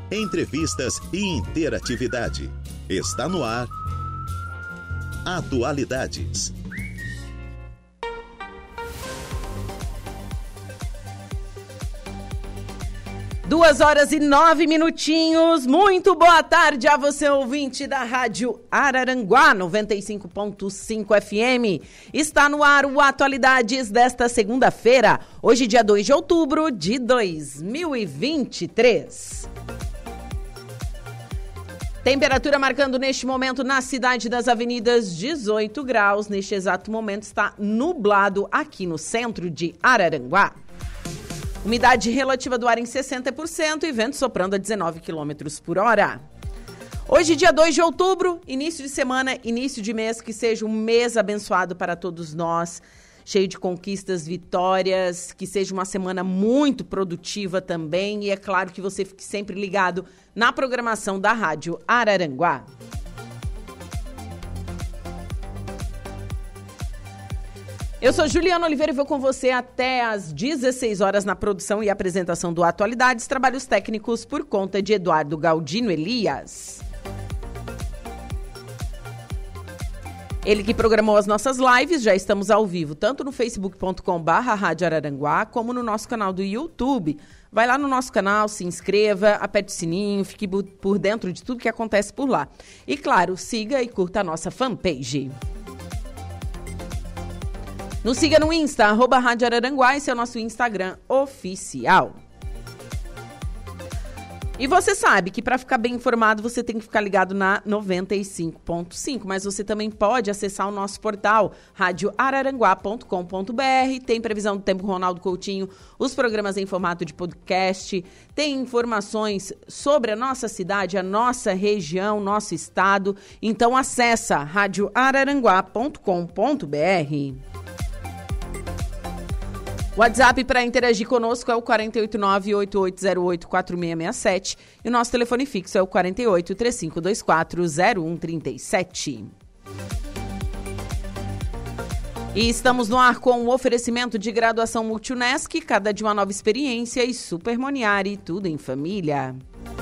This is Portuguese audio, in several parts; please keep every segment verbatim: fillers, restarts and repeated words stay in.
entrevistas e interatividade. Está no ar Atualidades. Duas horas e nove minutinhos. Muito boa tarde a você, ouvinte da Rádio Araranguá, noventa e cinco ponto cinco F M. Está no ar o Atualidades desta segunda-feira, hoje dia dois de outubro de dois mil e vinte e três. Temperatura marcando neste momento na cidade das avenidas dezoito graus. Neste exato momento está nublado aqui no centro de Araranguá. Umidade relativa do ar em sessenta por cento e vento soprando a dezenove quilômetros por hora. Hoje, dia dois de outubro, início de semana, início de mês, que seja um mês abençoado para todos nós, cheio de conquistas, vitórias, que seja uma semana muito produtiva também. E é claro que você fique sempre ligado na programação da Rádio Araranguá. Eu sou Juliana Oliveira e vou com você até às dezesseis horas na produção e apresentação do Atualidades, trabalhos técnicos por conta de Eduardo Galdino Elias. Ele que programou as nossas lives, já estamos ao vivo, tanto no facebook ponto com barra Rádio Araranguá, como no nosso canal do YouTube. Vai lá no nosso canal, se inscreva, aperte o sininho, fique por dentro de tudo que acontece por lá. E claro, siga e curta a nossa fanpage. Nos siga no Insta, arroba Rádio Araranguá, esse é o nosso Instagram oficial. E você sabe que para ficar bem informado, você tem que ficar ligado na noventa e cinco ponto cinco, mas você também pode acessar o nosso portal, rádio araranguá ponto com ponto b r, tem previsão do tempo com Ronaldo Coutinho, os programas em formato de podcast, tem informações sobre a nossa cidade, a nossa região, nosso estado, então acessa rádio araranguá ponto com ponto b r. O WhatsApp para interagir conosco é o quatro oito nove, oito oito zero oito, quatro seis seis sete e o nosso telefone fixo é o quatro oito, três cinco dois quatro, zero um três sete. E estamos no ar com o oferecimento de graduação Multunesc, cada dia uma nova experiência, e Super Moniari, tudo em família.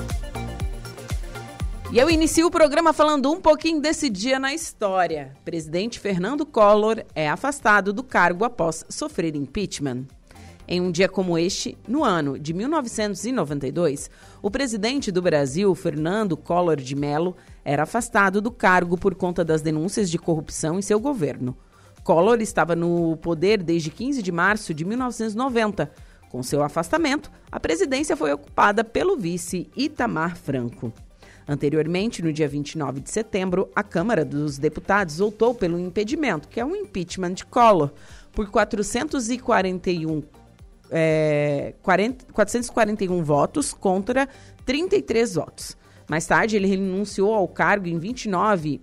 E eu inicio o programa falando um pouquinho desse dia na história. Presidente Fernando Collor é afastado do cargo após sofrer impeachment. Em um dia como este, no ano de mil novecentos e noventa e dois, o presidente do Brasil, Fernando Collor de Mello, era afastado do cargo por conta das denúncias de corrupção em seu governo. Collor estava no poder desde quinze de março de mil novecentos e noventa. Com seu afastamento, a presidência foi ocupada pelo vice Itamar Franco. Anteriormente, no dia vinte e nove de setembro, a Câmara dos Deputados votou pelo impedimento, que é um impeachment de Collor, por quatrocentos e quarenta e um, é, quarenta, quatrocentos e quarenta e um votos contra trinta e três votos. Mais tarde, ele renunciou ao cargo em vinte e nove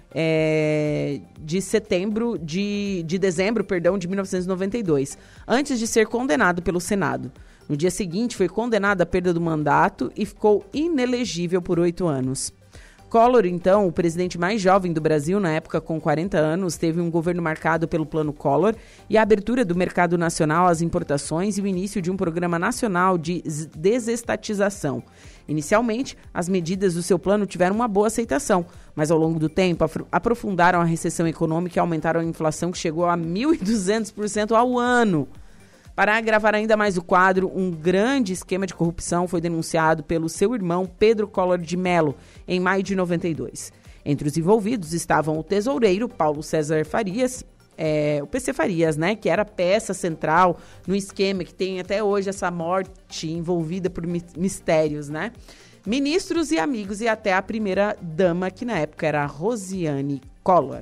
é, de setembro de, de dezembro, perdão, de mil novecentos e noventa e dois, antes de ser condenado pelo Senado. No dia seguinte, foi condenado à perda do mandato e ficou inelegível por oito anos. Collor, então, o presidente mais jovem do Brasil, na época com quarenta anos, teve um governo marcado pelo Plano Collor e a abertura do mercado nacional às importações e o início de um programa nacional de desestatização. Inicialmente, as medidas do seu plano tiveram uma boa aceitação, mas ao longo do tempo aprofundaram a recessão econômica e aumentaram a inflação, que chegou a mil e duzentos por cento ao ano. Para agravar ainda mais o quadro, um grande esquema de corrupção foi denunciado pelo seu irmão Pedro Collor de Mello em maio de noventa e dois. Entre os envolvidos estavam o tesoureiro Paulo César Farias, é, o P C Farias, né, que era peça central no esquema que tem até hoje essa morte envolvida por mistérios, né? Ministros e amigos e até a primeira dama, que na época era a Rosiane Collor.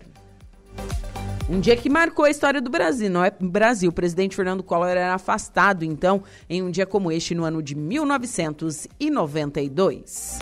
Um dia que marcou a história do Brasil, não é? Brasil, o presidente Fernando Collor era afastado, então, em um dia como este, no ano de mil novecentos e noventa e dois.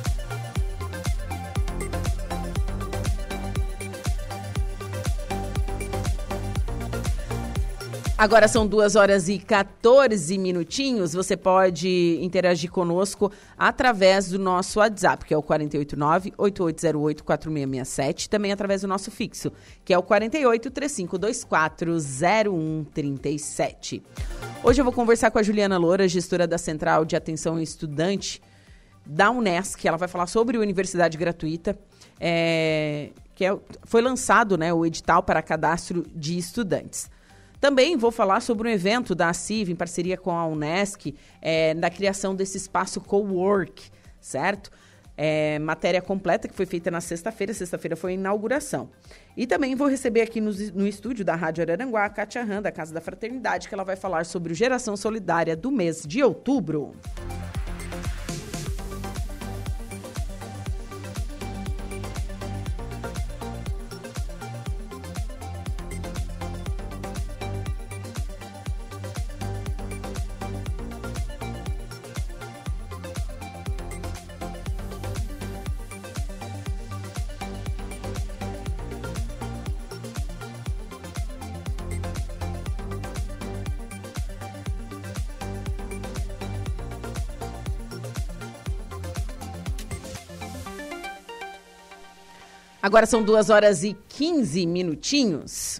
Agora são duas horas e quatorze minutinhos. Você pode interagir conosco através do nosso WhatsApp, que é o quatro oito nove, oito oito zero oito, quatro seis seis sete. Também através do nosso fixo, que é o quatro oito, três cinco dois quatro, zero um três sete. Hoje eu vou conversar com a Juliana Loura, gestora da Central de Atenção ao Estudante da Unesc. Ela vai falar sobre universidade gratuita, é, que é, foi lançado, né, o edital para cadastro de estudantes. Também vou falar sobre um evento da ACIV, em parceria com a Unesc, é, da criação desse espaço cowork, certo? É, matéria completa que foi feita na sexta-feira. Sexta-feira foi a inauguração. E também vou receber aqui no, no estúdio da Rádio Araranguá a Kátia Han, da Casa da Fraternidade, que ela vai falar sobre o Geração Solidária do mês de outubro. Agora são duas horas e quinze minutinhos.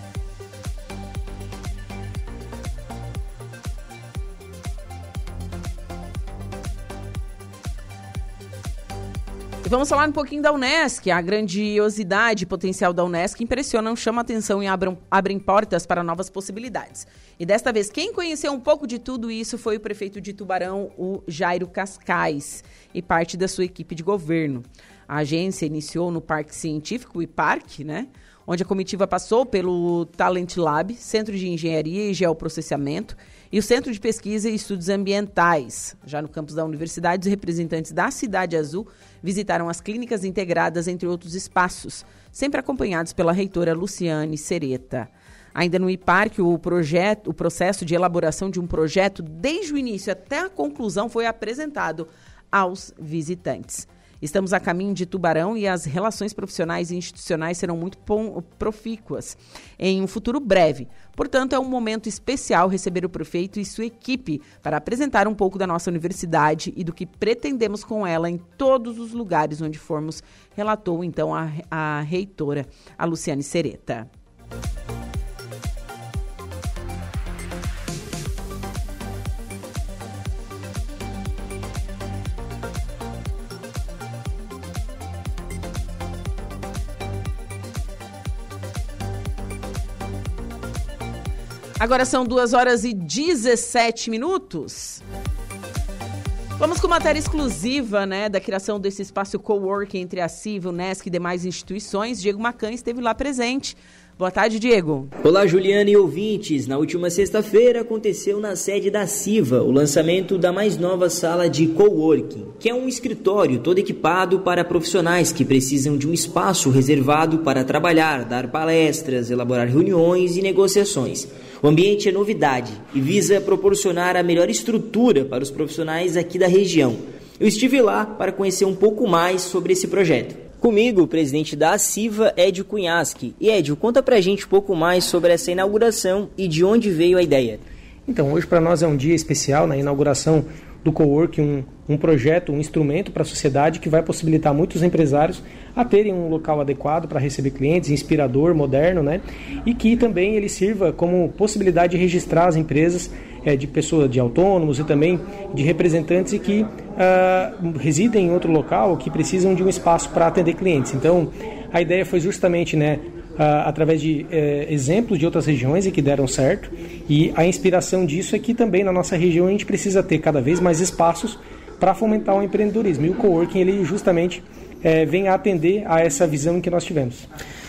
E vamos falar um pouquinho da Unesc. A grandiosidade e potencial da Unesc impressionam, chama atenção e abrem, abrem portas para novas possibilidades. E desta vez, quem conheceu um pouco de tudo isso foi o prefeito de Tubarão, o Jairo Cascais, e parte da sua equipe de governo. A agência iniciou no Parque Científico, o I Parque, né? Onde a comitiva passou pelo Talent Lab, Centro de Engenharia e Geoprocessamento e o Centro de Pesquisa e Estudos Ambientais. Já no campus da universidade, os representantes da Cidade Azul visitaram as clínicas integradas, entre outros espaços, sempre acompanhados pela reitora Luciane Sereta. Ainda no I Parque, o, projeto, o processo de elaboração de um projeto, desde o início até a conclusão, foi apresentado aos visitantes. Estamos a caminho de Tubarão e as relações profissionais e institucionais serão muito profícuas em um futuro breve. Portanto, é um momento especial receber o prefeito e sua equipe para apresentar um pouco da nossa universidade e do que pretendemos com ela em todos os lugares onde formos, relatou então a, a reitora, a Luciane Sereta. Agora são duas horas e dezessete minutos. Vamos com matéria exclusiva, né, da criação desse espaço coworking entre a CIV, Unesc e demais instituições. Diego Macan esteve lá presente. Boa tarde, Diego. Olá, Juliana e ouvintes. Na última sexta-feira aconteceu na sede da CIVA o lançamento da mais nova sala de coworking, que é um escritório todo equipado para profissionais que precisam de um espaço reservado para trabalhar, dar palestras, elaborar reuniões e negociações. O ambiente é novidade e visa proporcionar a melhor estrutura para os profissionais aqui da região. Eu estive lá para conhecer um pouco mais sobre esse projeto. Comigo, o presidente da CIVA, Edio Cunhaschi. E Edio, conta pra gente um pouco mais sobre essa inauguração e de onde veio a ideia. Então, hoje para nós é um dia especial, na inauguração do coworking, um, um projeto, um instrumento para a sociedade que vai possibilitar muitos empresários a terem um local adequado para receber clientes, inspirador, moderno, né? E que também ele sirva como possibilidade de registrar as empresas é, de pessoas, de autônomos e também de representantes que uh, residem em outro local, que precisam de um espaço para atender clientes. Então, a ideia foi justamente, né, Uh, através de uh, exemplos de outras regiões e que deram certo, e a inspiração disso é que também na nossa região a gente precisa ter cada vez mais espaços para fomentar o empreendedorismo, e o coworking ele justamente uh, vem a atender a essa visão que nós tivemos.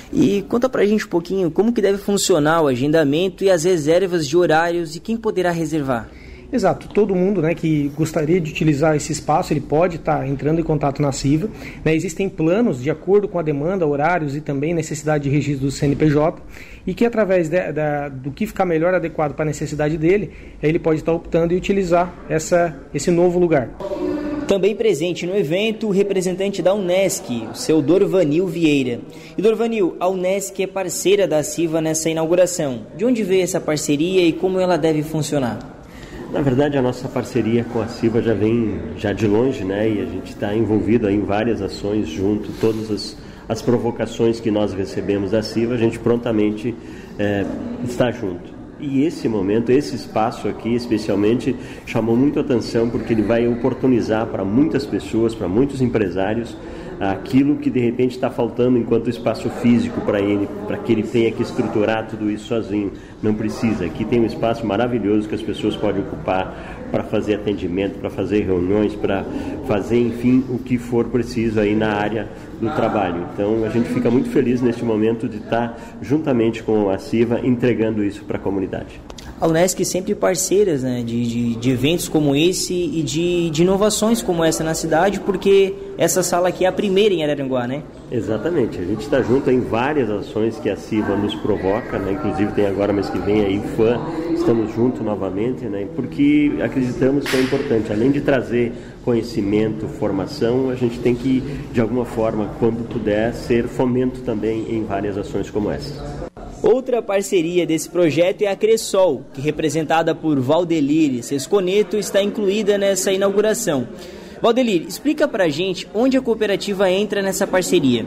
E conta pra gente um pouquinho como que deve funcionar o agendamento e as reservas de horários e quem poderá reservar. Exato, todo mundo, né, que gostaria de utilizar esse espaço, ele pode estar entrando em contato na CIVA, né, existem planos de acordo com a demanda, horários e também necessidade de registro do C N P J, e que através de, da, do que ficar melhor adequado para a necessidade dele, ele pode estar optando e utilizar essa, esse novo lugar. Também presente no evento, o representante da Unesc, o seu Dorvanil Vieira. E Dorvanil, a Unesc é parceira da CIVA nessa inauguração. De onde veio essa parceria e como ela deve funcionar? Na verdade, a nossa parceria com a CIVA já vem já de longe, né? E a gente está envolvido em várias ações junto, todas as, as provocações que nós recebemos da CIVA, a gente prontamente é, está junto. E esse momento, esse espaço aqui especialmente chamou muito a atenção porque ele vai oportunizar para muitas pessoas, para muitos empresários, aquilo que de repente está faltando enquanto espaço físico para ele, para que ele tenha que estruturar tudo isso sozinho. Não precisa. Aqui tem um espaço maravilhoso que as pessoas podem ocupar para fazer atendimento, para fazer reuniões, para fazer, enfim, o que for preciso aí na área do trabalho. Então, a gente fica muito feliz neste momento de estar juntamente com a CIVA entregando isso para a comunidade. A Unesc sempre parceiras, né, de, de, de eventos como esse e de, de inovações como essa na cidade, porque essa sala aqui é a primeira em Araranguá, né? Exatamente, a gente está junto em várias ações que a CIVA nos provoca, né? Inclusive tem agora mês que vem aí o F A M, estamos juntos novamente, né? Porque acreditamos que é importante, além de trazer conhecimento, formação, a gente tem que, de alguma forma, quando puder, ser fomento também em várias ações como essa. Outra parceria desse projeto é a Cressol, que, representada por Valdelir Sesconeto, está incluída nessa inauguração. Valdelir, explica pra gente onde a cooperativa entra nessa parceria.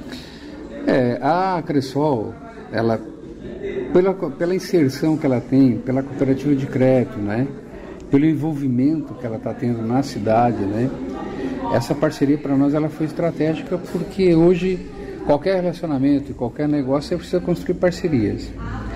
É, a Cressol, ela, pela, pela inserção que ela tem, pela cooperativa de crédito, né, pelo envolvimento que ela está tendo na cidade, né, essa parceria para nós ela foi estratégica porque hoje qualquer relacionamento e qualquer negócio você precisa construir parcerias.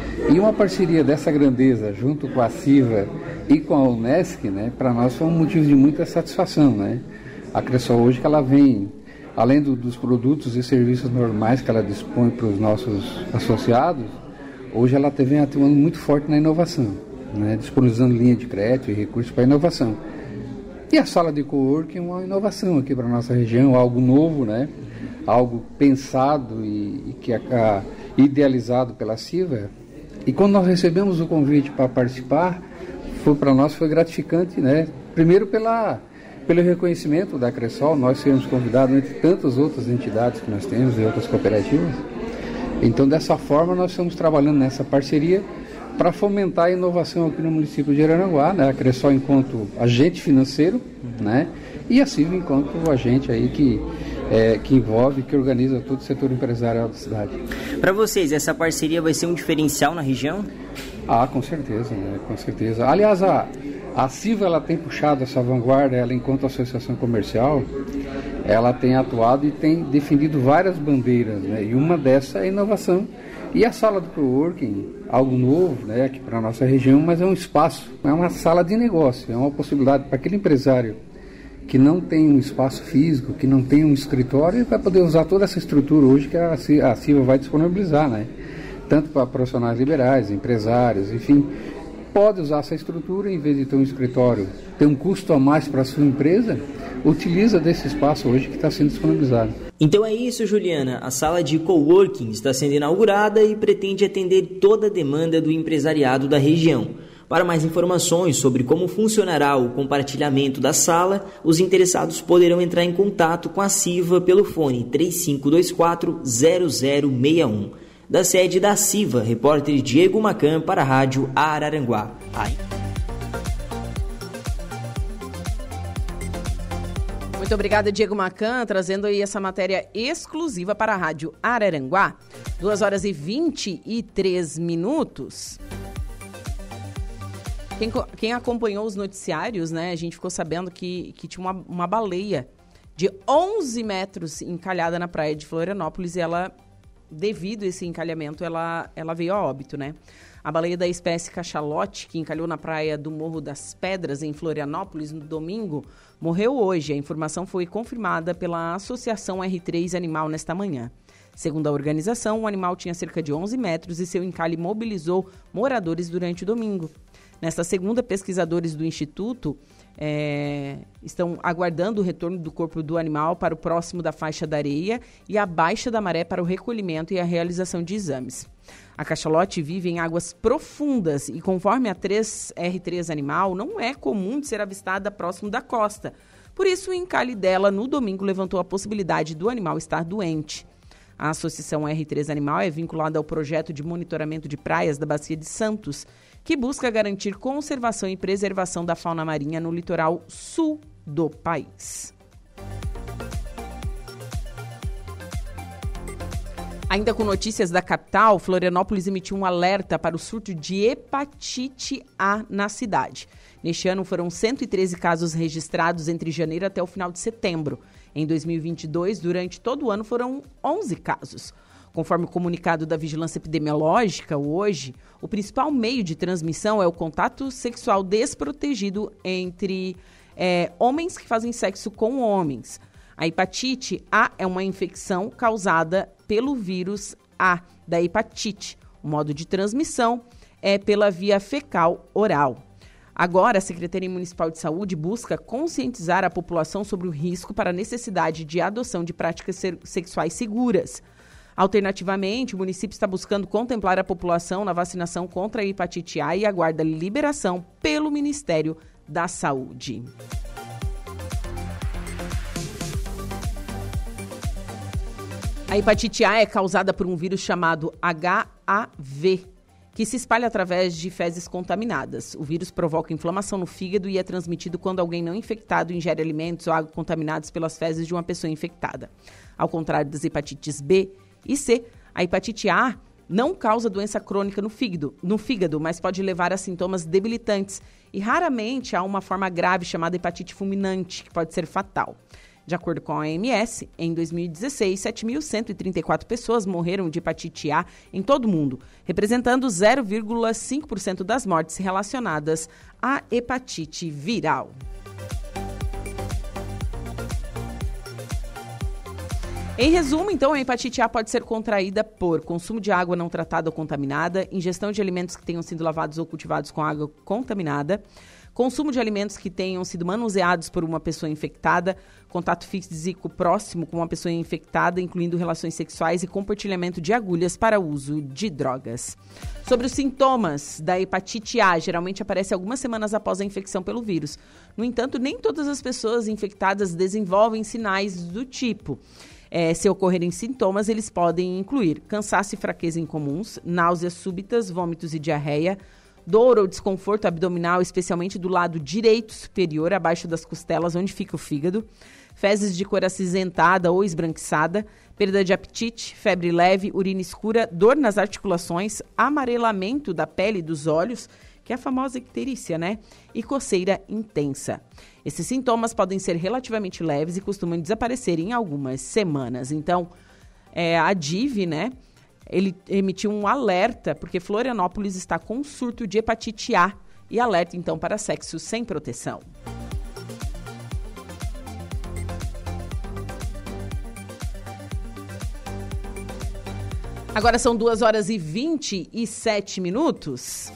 E uma parceria dessa grandeza, junto com a CIVA e com a Unesc, né, para nós foi um motivo de muita satisfação, né? A Cressol hoje que ela vem, além do, dos produtos e serviços normais que ela dispõe para os nossos associados, hoje ela vem atuando muito forte na inovação, né, disponibilizando linha de crédito e recursos para inovação. E a sala de coworking é uma inovação aqui para a nossa região, algo novo, né? Algo pensado e, e que é a, idealizado pela CIVA. E quando nós recebemos o convite para participar, foi, para nós foi gratificante, né? Primeiro pela, pelo reconhecimento da Cressol, nós sermos convidados entre tantas outras entidades que nós temos e outras cooperativas. Então, dessa forma, nós estamos trabalhando nessa parceria para fomentar a inovação aqui no município de Araranguá, né? A Cressol enquanto agente financeiro, né? E a CIVA enquanto agente aí que É, que envolve, que organiza todo o setor empresarial da cidade. Para vocês, essa parceria vai ser um diferencial na região? Ah, com certeza, né? Com certeza. Aliás, a, a CIVA ela tem puxado essa vanguarda, ela enquanto associação comercial, ela tem atuado e tem defendido várias bandeiras, né? E uma dessas é a inovação. E a sala do coworking, algo novo, né, aqui para a nossa região, mas é um espaço, é uma sala de negócio, é uma possibilidade para aquele empresário que não tem um espaço físico, que não tem um escritório, vai poder usar toda essa estrutura hoje que a CIVA vai disponibilizar, né? Tanto para profissionais liberais, empresários, enfim, pode usar essa estrutura, em vez de ter um escritório, ter um custo a mais para a sua empresa, utiliza desse espaço hoje que está sendo disponibilizado. Então é isso, Juliana, a sala de coworking está sendo inaugurada e pretende atender toda a demanda do empresariado da região. Para mais informações sobre como funcionará o compartilhamento da sala, os interessados poderão entrar em contato com a CIVA pelo fone três cinco dois quatro, zero zero seis um. Da sede da CIVA, repórter Diego Macan para a Rádio Araranguá. Ai. Muito obrigada, Diego Macan, trazendo aí essa matéria exclusiva para a Rádio Araranguá. duas horas e vinte e três minutos. Quem, quem acompanhou os noticiários, né, a gente ficou sabendo que, que tinha uma, uma baleia de onze metros encalhada na praia de Florianópolis e ela, devido a esse encalhamento, ela, ela veio a óbito, né? A baleia da espécie cachalote, que encalhou na praia do Morro das Pedras, em Florianópolis, no domingo, morreu hoje. A informação foi confirmada pela Associação R três Animal nesta manhã. Segundo a organização, o animal tinha cerca de onze metros e seu encalhe mobilizou moradores durante o domingo. Nesta segunda, pesquisadores do Instituto é, estão aguardando o retorno do corpo do animal para o próximo da faixa da areia e a baixa da maré para o recolhimento e a realização de exames. A cachalote vive em águas profundas e, conforme a R três Animal, não é comum de ser avistada próximo da costa. Por isso, o encalhe dela no domingo levantou a possibilidade do animal estar doente. A Associação R três Animal é vinculada ao projeto de monitoramento de praias da Bacia de Santos, que busca garantir conservação e preservação da fauna marinha no litoral sul do país. A Ainda com notícias da capital, Florianópolis emitiu um alerta para o surto de hepatite A na cidade. Neste ano foram cento e treze casos registrados entre janeiro até o final de setembro. Em dois mil e vinte e dois, durante todo o ano, foram onze casos. Conforme o comunicado da Vigilância Epidemiológica, hoje, o principal meio de transmissão é o contato sexual desprotegido entre é, homens que fazem sexo com homens. A hepatite A é uma infecção causada pelo vírus A da hepatite. O modo de transmissão é pela via fecal oral. Agora, a Secretaria Municipal de Saúde busca conscientizar a população sobre o risco para a necessidade de adoção de práticas sexuais seguras. Alternativamente, o município está buscando contemplar a população na vacinação contra a hepatite A e aguarda liberação pelo Ministério da Saúde. A hepatite A é causada por um vírus chamado H A V, que se espalha através de fezes contaminadas. O vírus provoca inflamação no fígado e é transmitido quando alguém não infectado ingere alimentos ou água contaminados pelas fezes de uma pessoa infectada. Ao contrário das hepatites B e C, a hepatite A não causa doença crônica no fígado, no fígado, mas pode levar a sintomas debilitantes e raramente há uma forma grave chamada hepatite fulminante, que pode ser fatal. De acordo com a O M S, em dois mil e dezesseis, sete mil cento e trinta e quatro pessoas morreram de hepatite A em todo o mundo, representando zero vírgula cinco por cento das mortes relacionadas à hepatite viral. Em resumo, então, a hepatite A pode ser contraída por consumo de água não tratada ou contaminada, ingestão de alimentos que tenham sido lavados ou cultivados com água contaminada, consumo de alimentos que tenham sido manuseados por uma pessoa infectada, contato físico próximo com uma pessoa infectada, incluindo relações sexuais e compartilhamento de agulhas para uso de drogas. Sobre os sintomas da hepatite A, geralmente aparece algumas semanas após a infecção pelo vírus. No entanto, nem todas as pessoas infectadas desenvolvem sinais do tipo. É, se ocorrerem sintomas, eles podem incluir cansaço e fraqueza incomuns, náuseas súbitas, vômitos e diarreia, dor ou desconforto abdominal, especialmente do lado direito superior, abaixo das costelas, onde fica o fígado, fezes de cor acinzentada ou esbranquiçada, perda de apetite, febre leve, urina escura, dor nas articulações, amarelamento da pele e dos olhos, que é a famosa icterícia, né? E coceira intensa. Esses sintomas podem ser relativamente leves e costumam desaparecer em algumas semanas. Então, é, a D I V, né? Ele emitiu um alerta, porque Florianópolis está com um surto de hepatite A e alerta, então, para sexo sem proteção. Agora são duas horas e vinte e sete minutos.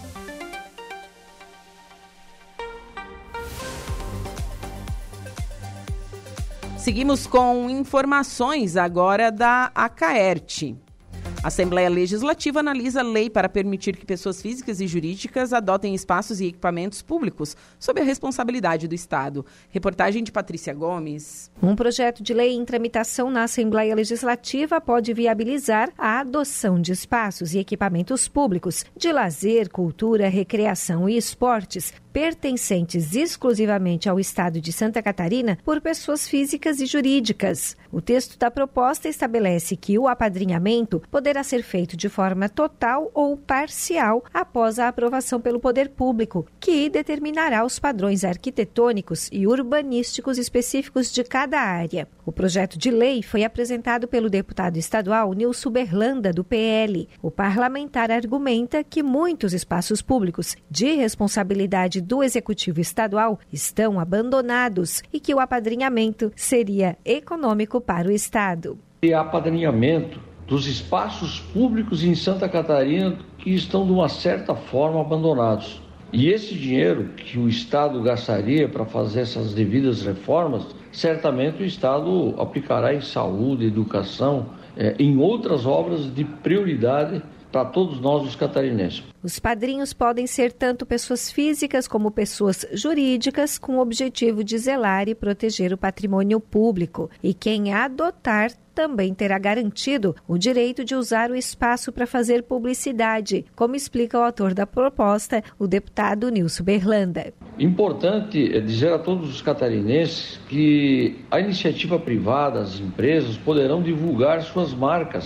Seguimos com informações agora da Acaerte. A Assembleia Legislativa analisa lei para permitir que pessoas físicas e jurídicas adotem espaços e equipamentos públicos sob a responsabilidade do Estado. Reportagem de Patrícia Gomes. Um projeto de lei em tramitação na Assembleia Legislativa pode viabilizar a adoção de espaços e equipamentos públicos de lazer, cultura, recreação e esportes pertencentes exclusivamente ao Estado de Santa Catarina por pessoas físicas e jurídicas. O texto da proposta estabelece que o apadrinhamento poderá ser feito de forma total ou parcial após a aprovação pelo poder público, que determinará os padrões arquitetônicos e urbanísticos específicos de cada área. O projeto de lei foi apresentado pelo deputado estadual Nilson Berlanda, do P L. O parlamentar argumenta que muitos espaços públicos de responsabilidade do Executivo Estadual estão abandonados e que o apadrinhamento seria econômico para o Estado. E apadrinhamento dos espaços públicos em Santa Catarina que estão de uma certa forma abandonados. E esse dinheiro que o Estado gastaria para fazer essas devidas reformas, certamente o Estado aplicará em saúde, educação, eh, em outras obras de prioridade para todos nós os catarinenses. Os padrinhos podem ser tanto pessoas físicas como pessoas jurídicas com o objetivo de zelar e proteger o patrimônio público. E quem adotar também terá garantido o direito de usar o espaço para fazer publicidade, como explica o autor da proposta, o deputado Nilson Berlanda. Importante é dizer a todos os catarinenses que a iniciativa privada, as empresas, poderão divulgar suas marcas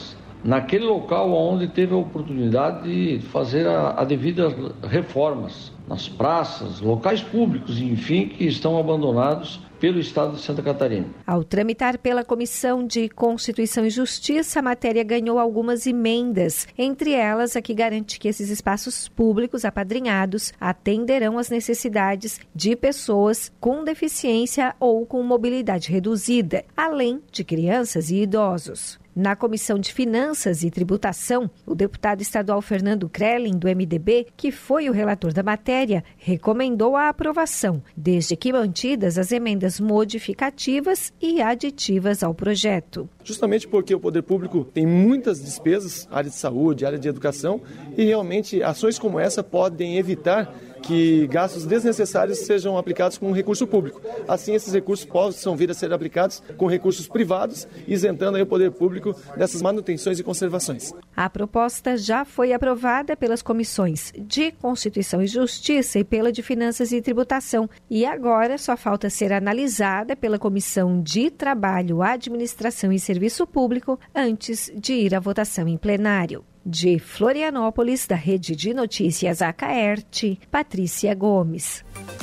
naquele local onde teve a oportunidade de fazer a, a devidas reformas, nas praças, locais públicos, enfim, que estão abandonados pelo Estado de Santa Catarina. Ao tramitar pela Comissão de Constituição e Justiça, a matéria ganhou algumas emendas, entre elas a que garante que esses espaços públicos apadrinhados atenderão às necessidades de pessoas com deficiência ou com mobilidade reduzida, além de crianças e idosos. Na Comissão de Finanças e Tributação, o deputado estadual Fernando Krellin, do M D B, que foi o relator da matéria, recomendou a aprovação, desde que mantidas as emendas modificativas e aditivas ao projeto. Justamente porque o poder público tem muitas despesas, área de saúde, área de educação, e realmente ações como essa podem evitar que gastos desnecessários sejam aplicados com recurso público. Assim, esses recursos possam vir a ser aplicados com recursos privados, isentando aí o poder público dessas manutenções e conservações. A proposta já foi aprovada pelas comissões de Constituição e Justiça e pela de Finanças e Tributação, e agora só falta ser analisada pela Comissão de Trabalho, Administração e Serviço Público antes de ir à votação em plenário. De Florianópolis, da Rede de Notícias Acaerte, Patrícia Gomes.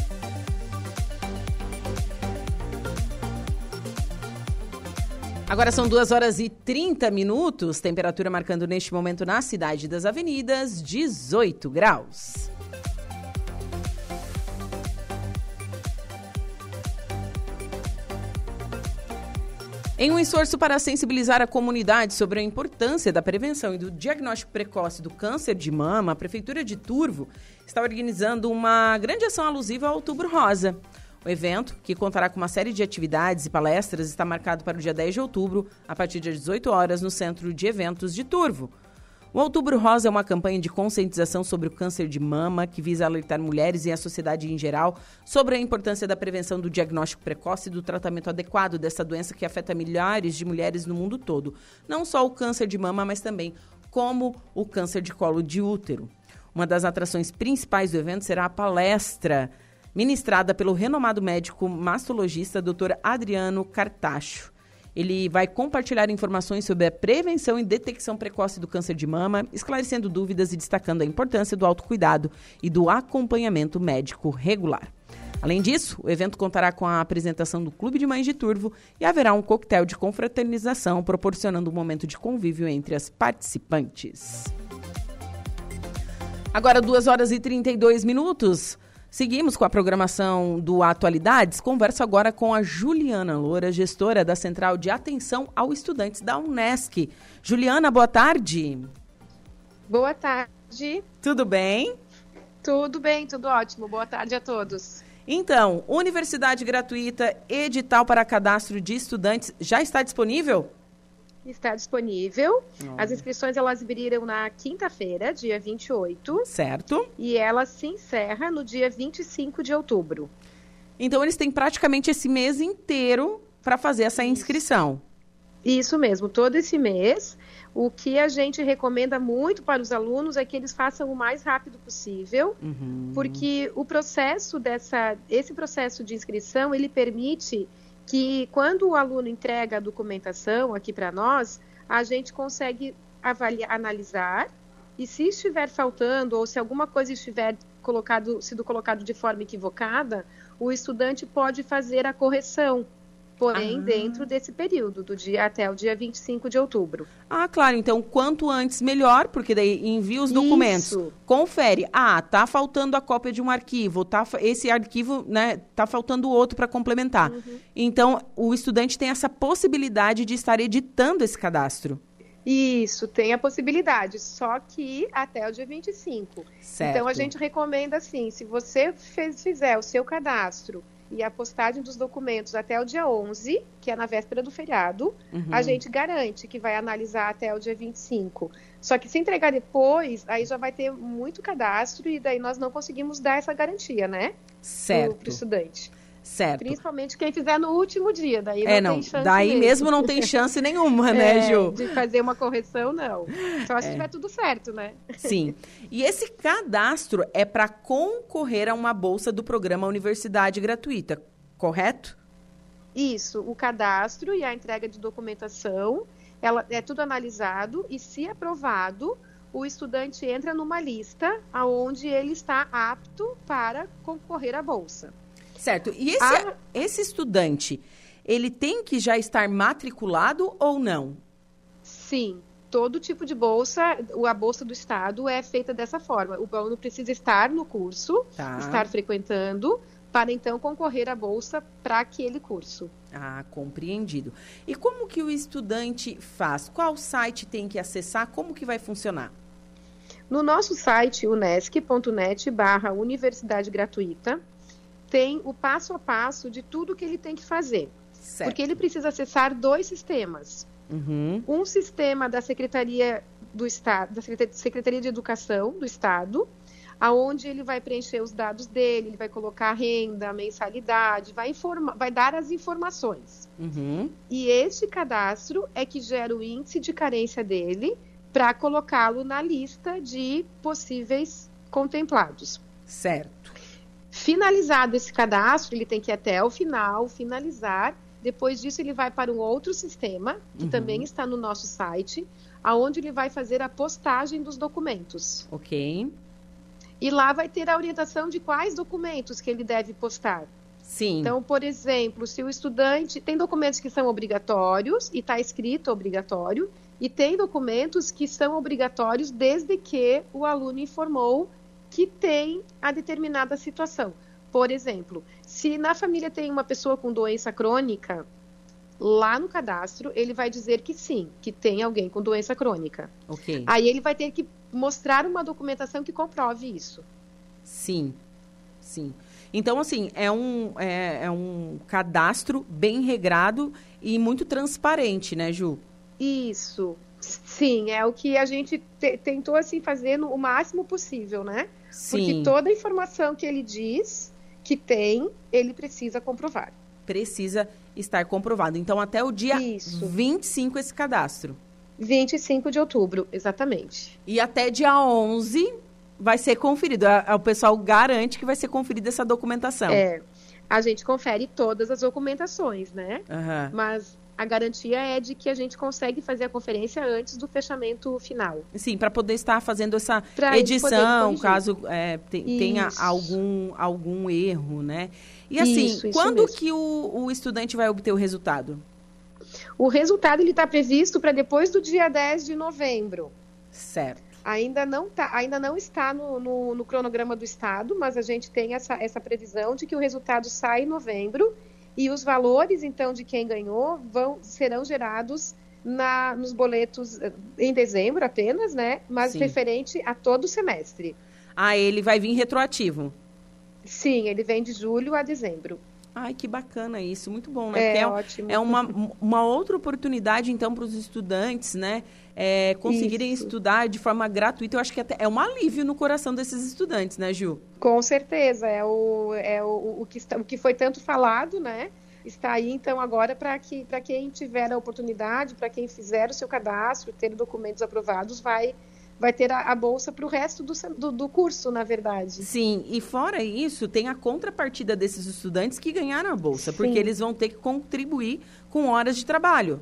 Agora são duas horas e trinta minutos, temperatura marcando neste momento na Cidade das Avenidas, dezoito graus. Em um esforço para sensibilizar a comunidade sobre a importância da prevenção e do diagnóstico precoce do câncer de mama, a Prefeitura de Turvo está organizando uma grande ação alusiva ao Outubro Rosa. O evento, que contará com uma série de atividades e palestras, está marcado para o dia dez de outubro, a partir das dezoito horas, no Centro de Eventos de Turvo. O Outubro Rosa é uma campanha de conscientização sobre o câncer de mama que visa alertar mulheres e a sociedade em geral sobre a importância da prevenção do diagnóstico precoce e do tratamento adequado dessa doença que afeta milhares de mulheres no mundo todo. Não só o câncer de mama, mas também como o câncer de colo de útero. Uma das atrações principais do evento será a palestra ministrada pelo renomado médico mastologista doutor Adriano Cartacho. Ele vai compartilhar informações sobre a prevenção e detecção precoce do câncer de mama, esclarecendo dúvidas e destacando a importância do autocuidado e do acompanhamento médico regular. Além disso, o evento contará com a apresentação do Clube de Mães de Turvo e haverá um coquetel de confraternização, proporcionando um momento de convívio entre as participantes. Agora, duas horas e trinta e dois minutos. Seguimos com a programação do Atualidades. Converso agora com a Juliana Loura, gestora da Central de Atenção ao Estudantes da Unesc. Juliana, boa tarde. Boa tarde. Tudo bem? Tudo bem, tudo ótimo. Boa tarde a todos. Então, universidade gratuita, edital para cadastro de estudantes, já está disponível? Está disponível. Hum. As inscrições elas abriram na quinta-feira, dia vinte e oito. Certo. E ela se encerra no dia vinte e cinco de outubro. Então, eles têm praticamente esse mês inteiro para fazer essa inscrição. Isso mesmo, todo esse mês. O que a gente recomenda muito para os alunos é que eles façam o mais rápido possível, uhum. porque o processo dessa, esse processo de inscrição, ele permite que quando o aluno entrega a documentação aqui para nós, a gente consegue avaliar, analisar, e se estiver faltando ou se alguma coisa estiver colocado, sido colocado de forma equivocada, o estudante pode fazer a correção, porém ah. dentro desse período, do dia até o dia vinte e cinco de outubro. Ah, claro, então quanto antes melhor, porque daí envia os documentos, Isso. confere, ah, tá faltando a cópia de um arquivo, tá, esse arquivo, né, tá faltando outro para complementar. Uhum. Então, o estudante tem essa possibilidade de estar editando esse cadastro. Isso, tem a possibilidade, só que até o dia vinte e cinco. Certo. Então, a gente recomenda assim, se você fez, fizer o seu cadastro e a postagem dos documentos até o dia onze, que é na véspera do feriado, uhum. a gente garante que vai analisar até o dia vinte e cinco. Só que se entregar depois, aí já vai ter muito cadastro e daí nós não conseguimos dar essa garantia, né? Certo. Para o estudante. Certo. Principalmente quem fizer no último dia, daí não, é, não. tem chance Daí mesmo. mesmo não tem chance nenhuma, né, é, Ju? De fazer uma correção, não. Só se é. tiver tudo certo, né? Sim. E esse cadastro é para concorrer a uma bolsa do programa Universidade Gratuita, correto? Isso, o cadastro e a entrega de documentação. ela, é tudo analisado e, se aprovado, o estudante entra numa lista onde ele está apto para concorrer à bolsa. Certo. E esse, a... esse estudante, ele tem que já estar matriculado ou não? Sim. Todo tipo de bolsa, a bolsa do Estado é feita dessa forma. O aluno precisa estar no curso, tá. estar frequentando, para então concorrer à bolsa para aquele curso. Ah, compreendido. E como que o estudante faz? Qual site tem que acessar? Como que vai funcionar? No nosso site, unesc ponto net barra universidade gratuita, tem o passo a passo de tudo que ele tem que fazer. Certo. Porque ele precisa acessar dois sistemas. Uhum. Um sistema da Secretaria do Estado, da Secretaria de Educação do Estado, aonde ele vai preencher os dados dele, ele vai colocar a renda, a mensalidade, vai, informa, vai dar as informações. Uhum. E este cadastro é que gera o índice de carência dele para colocá-lo na lista de possíveis contemplados. Certo. Finalizado esse cadastro, ele tem que ir até o final, finalizar. Depois disso, ele vai para um outro sistema, que uhum. também está no nosso site, aonde ele vai fazer a postagem dos documentos. Ok. E lá vai ter a orientação de quais documentos que ele deve postar. Sim. Então, por exemplo, se o estudante... Tem documentos que são obrigatórios, e está escrito obrigatório, e tem documentos que são obrigatórios desde que o aluno informou que tem a determinada situação. Por exemplo, se na família tem uma pessoa com doença crônica, lá no cadastro ele vai dizer que sim, que tem alguém com doença crônica. Ok. Aí ele vai ter que mostrar uma documentação que comprove isso. Sim, sim. Então, assim, é um, é, é um cadastro bem regrado e muito transparente, né, Ju? Isso, sim, é o que a gente te, tentou, assim, fazer no, o máximo possível, né? Sim. Porque toda a informação que ele diz que tem, ele precisa comprovar. Precisa estar comprovado. Então, até o dia Isso. vinte e cinco esse cadastro. vinte e cinco de outubro, exatamente. E até dia onze vai ser conferido. O pessoal garante que vai ser conferida essa documentação. É, a gente confere todas as documentações, né? Uhum. Mas a garantia é de que a gente consegue fazer a conferência antes do fechamento final. Sim, para poder estar fazendo essa pra edição, caso é, te, tenha algum, algum erro, né? E assim, isso, isso quando mesmo. que o, o estudante vai obter o resultado? O resultado está previsto para depois do dia dez de novembro. Certo. Ainda não, tá, ainda não está no, no, no cronograma do Estado, mas a gente tem essa, essa previsão de que o resultado sai em novembro. E os valores, então, de quem ganhou vão, serão gerados na, nos boletos em dezembro apenas, né? Mas Sim. referente a todo o semestre. Ah, ele vai vir retroativo? Sim, ele vem de julho a dezembro. Ai, que bacana isso, muito bom, né? É, Porque é ótimo. É uma, uma outra oportunidade, então, para os estudantes, né? É, conseguirem Isso. estudar de forma gratuita. Eu acho que até é um alívio no coração desses estudantes, né, Ju? Com certeza, é o, é o, o, que, está, o que foi tanto falado, né? Está aí, então, agora para que, para quem tiver a oportunidade, para quem fizer o seu cadastro, ter documentos aprovados, vai... vai ter a, a bolsa para o resto do, do, do curso, na verdade. Sim, e fora isso, tem a contrapartida desses estudantes que ganharam a bolsa, Sim. porque eles vão ter que contribuir com horas de trabalho.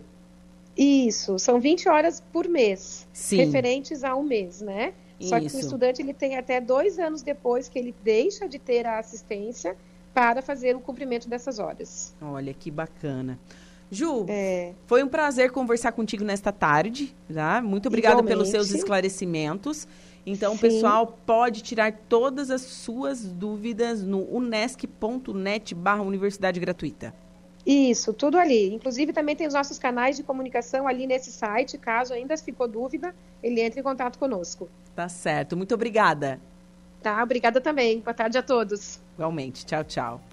Isso, são vinte horas por mês, Sim. referentes a um mês, né? Só isso. que o estudante ele tem até dois anos depois que ele deixa de ter a assistência para fazer o cumprimento dessas horas. Olha, que bacana. Ju, é. foi um prazer conversar contigo nesta tarde, tá? Muito obrigada Igualmente. pelos seus esclarecimentos. Então, o Sim. pessoal pode tirar todas as suas dúvidas no unesc ponto net barra universidade gratuita. Isso, tudo ali. Inclusive, também tem os nossos canais de comunicação ali nesse site. Caso ainda ficou dúvida, ele entre em contato conosco. Tá certo. Muito obrigada. Tá, obrigada também. Boa tarde a todos. Igualmente. Tchau, tchau.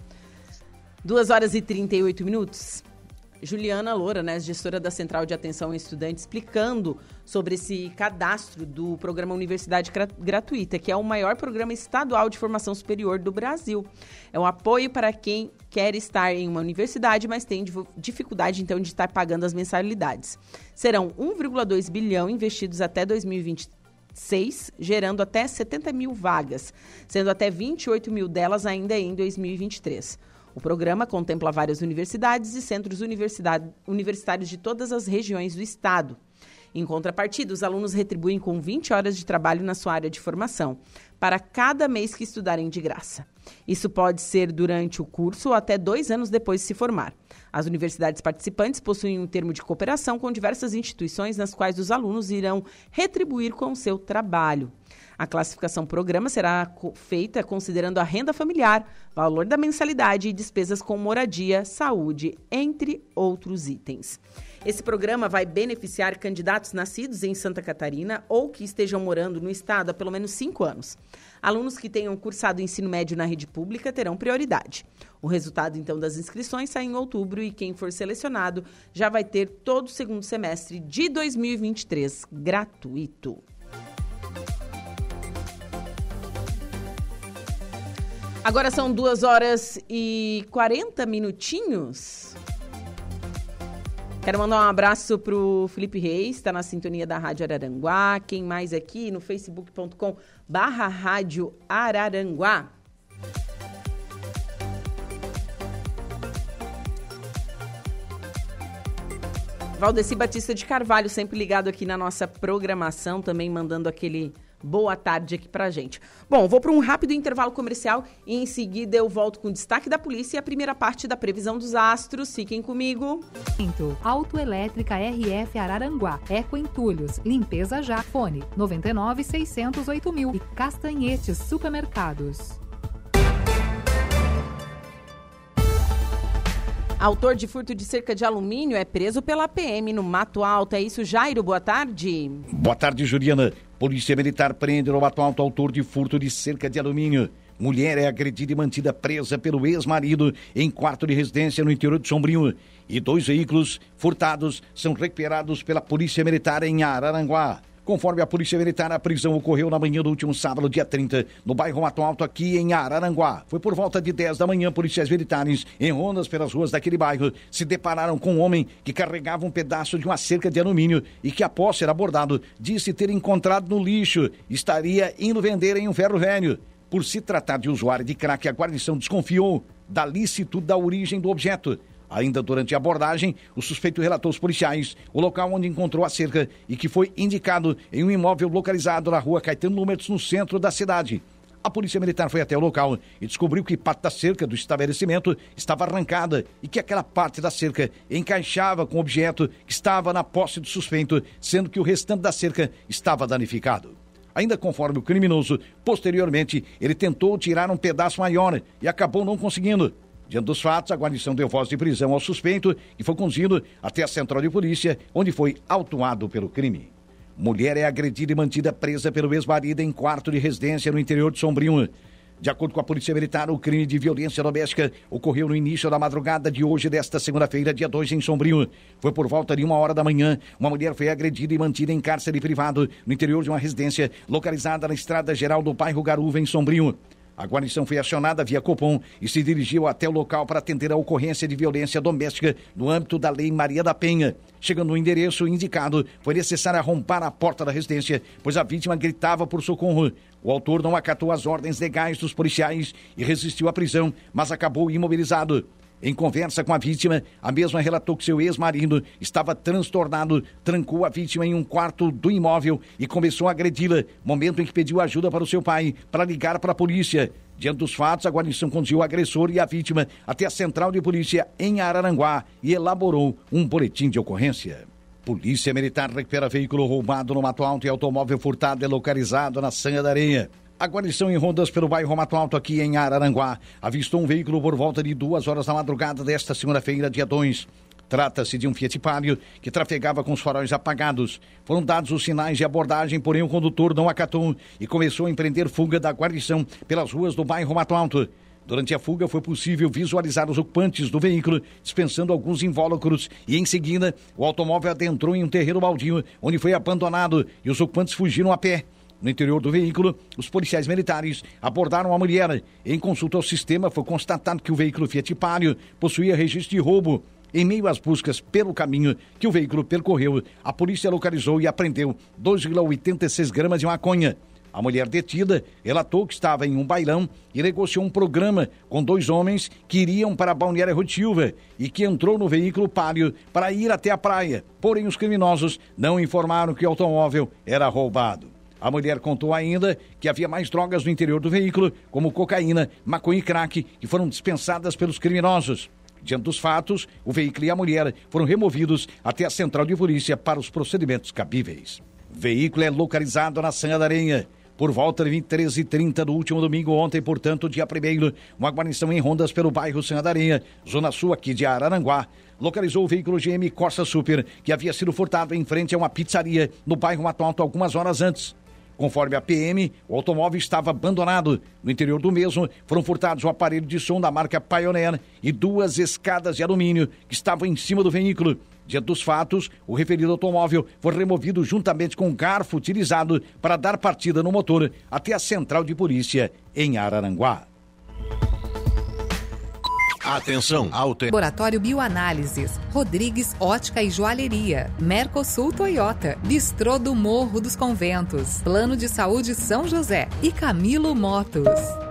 duas horas e trinta e oito minutos. Juliana Loura, né, gestora da Central de Atenção ao Estudante, explicando sobre esse cadastro do Programa Universidade Gratuita, que é o maior programa estadual de formação superior do Brasil. É um apoio para quem quer estar em uma universidade, mas tem dificuldade, então, de estar pagando as mensalidades. Serão um vírgula dois bilhão investidos até dois mil e vinte e seis, gerando até setenta mil vagas, sendo até vinte e oito mil delas ainda em dois mil e vinte e três. O programa contempla várias universidades e centros universitários de todas as regiões do estado. Em contrapartida, os alunos retribuem com vinte horas de trabalho na sua área de formação, para cada mês que estudarem de graça. Isso pode ser durante o curso ou até dois anos depois de se formar. As universidades participantes possuem um termo de cooperação com diversas instituições nas quais os alunos irão retribuir com o seu trabalho. A classificação programa será feita considerando a renda familiar, valor da mensalidade e despesas com moradia, saúde, entre outros itens. Esse programa vai beneficiar candidatos nascidos em Santa Catarina ou que estejam morando no estado há pelo menos cinco anos. Alunos que tenham cursado ensino médio na rede pública terão prioridade. O resultado, então, das inscrições sai em outubro e quem for selecionado já vai ter todo o segundo semestre de dois mil e vinte e três gratuito. Agora são duas horas e quarenta minutinhos. Quero mandar um abraço para o Felipe Reis, está na sintonia da Rádio Araranguá. Quem mais aqui? No facebook ponto com barra Rádio Araranguá. Valdeci Batista de Carvalho, sempre ligado aqui na nossa programação, também mandando aquele boa tarde aqui pra gente. Bom, vou para um rápido intervalo comercial e em seguida eu volto com o destaque da polícia e a primeira parte da previsão dos astros. Fiquem comigo. Autoelétrica R F Araranguá, Eco Entulhos, Limpeza Já, Fone noventa e nove, seiscentos, oito mil e Castanhetes Supermercados. Autor de furto de cerca de alumínio é preso pela P M no Mato Alto. É isso, Jairo? Boa tarde. Boa tarde, Juliana. Polícia Militar prende no Mato Alto autor de furto de cerca de alumínio. Mulher é agredida e mantida presa pelo ex-marido em quarto de residência no interior de Sombrio. E dois veículos furtados são recuperados pela Polícia Militar em Araranguá. Conforme a Polícia Militar, a prisão ocorreu na manhã do último sábado, dia trinta, no bairro Mato Alto, aqui em Araranguá. Foi por volta de dez da manhã, policiais militares, em rondas pelas ruas daquele bairro, se depararam com um homem que carregava um pedaço de uma cerca de alumínio e que, após ser abordado, disse ter encontrado no lixo. Estaria indo vender em um ferro velho. Por se tratar de usuário de crack, a guarnição desconfiou da licitude da origem do objeto. Ainda durante a abordagem, o suspeito relatou aos policiais o local onde encontrou a cerca e que foi indicado em um imóvel localizado na rua Caetano Números, no centro da cidade. A Polícia Militar foi até o local e descobriu que parte da cerca do estabelecimento estava arrancada e que aquela parte da cerca encaixava com o objeto que estava na posse do suspeito, sendo que o restante da cerca estava danificado. Ainda conforme o criminoso, posteriormente, ele tentou tirar um pedaço maior e acabou não conseguindo. Diante dos fatos, a guarnição deu voz de prisão ao suspeito e foi conduzido até a central de polícia, onde foi autuado pelo crime. Mulher é agredida e mantida presa pelo ex-marido em quarto de residência no interior de Sombrio. De acordo com a Polícia Militar, o crime de violência doméstica ocorreu no início da madrugada de hoje, desta segunda-feira, dia dois, em Sombrio. Foi por volta de uma hora da manhã, uma mulher foi agredida e mantida em cárcere privado no interior de uma residência localizada na Estrada Geral do bairro Garuva, em Sombrio. A guarnição foi acionada via Copom e se dirigiu até o local para atender a ocorrência de violência doméstica no âmbito da Lei Maria da Penha. Chegando no endereço indicado, foi necessário arrombar a porta da residência, pois a vítima gritava por socorro. O autor não acatou as ordens legais dos policiais e resistiu à prisão, mas acabou imobilizado. Em conversa com a vítima, a mesma relatou que seu ex-marido estava transtornado, trancou a vítima em um quarto do imóvel e começou a agredi-la, momento em que pediu ajuda para o seu pai para ligar para a polícia. Diante dos fatos, a guarnição conduziu o agressor e a vítima até a central de polícia em Araranguá e elaborou um boletim de ocorrência. Polícia Militar recupera veículo roubado no Mato Alto e automóvel furtado é localizado na Sanha da Areia. A guarnição em rondas pelo bairro Mato Alto, aqui em Araranguá, avistou um veículo por volta de duas horas da madrugada desta segunda-feira, dia dois. Trata-se de um Fiat Palio que trafegava com os faróis apagados. Foram dados os sinais de abordagem, porém o condutor não acatou e começou a empreender fuga da guarnição pelas ruas do bairro Mato Alto. Durante a fuga foi possível visualizar os ocupantes do veículo dispensando alguns invólucros e em seguida o automóvel adentrou em um terreno baldio onde foi abandonado e os ocupantes fugiram a pé. No interior do veículo, os policiais militares abordaram a mulher. Em consulta ao sistema, foi constatado que o veículo Fiat Palio possuía registro de roubo. Em meio às buscas pelo caminho que o veículo percorreu, a polícia localizou e apreendeu dois vírgula oitenta e seis gramas de maconha. A mulher detida relatou que estava em um bailão e negociou um programa com dois homens que iriam para Balneário Rui de Silva e que entrou no veículo Palio para ir até a praia. Porém, os criminosos não informaram que o automóvel era roubado. A mulher contou ainda que havia mais drogas no interior do veículo, como cocaína, maconha e crack, que foram dispensadas pelos criminosos. Diante dos fatos, o veículo e a mulher foram removidos até a central de polícia para os procedimentos cabíveis. O veículo é localizado na Serra da Aranha. Por volta de vinte e três e trinta do último domingo, ontem, portanto, dia primeiro, uma guarnição em rondas pelo bairro Serra da Aranha, zona sul aqui de Araranguá, localizou o veículo G M Corsa Super, que havia sido furtado em frente a uma pizzaria no bairro Mato Alto algumas horas antes. Conforme a P M, o automóvel estava abandonado. No interior do mesmo, foram furtados um aparelho de som da marca Pioneer e duas escadas de alumínio que estavam em cima do veículo. Diante dos fatos, o referido automóvel foi removido juntamente com o garfo utilizado para dar partida no motor até a central de polícia em Araranguá. Atenção, Alter. Laboratório Bioanálises, Rodrigues Ótica e Joalheria, Mercosul Toyota, Bistrô do Morro dos Conventos, Plano de Saúde São José e Camilo Motos.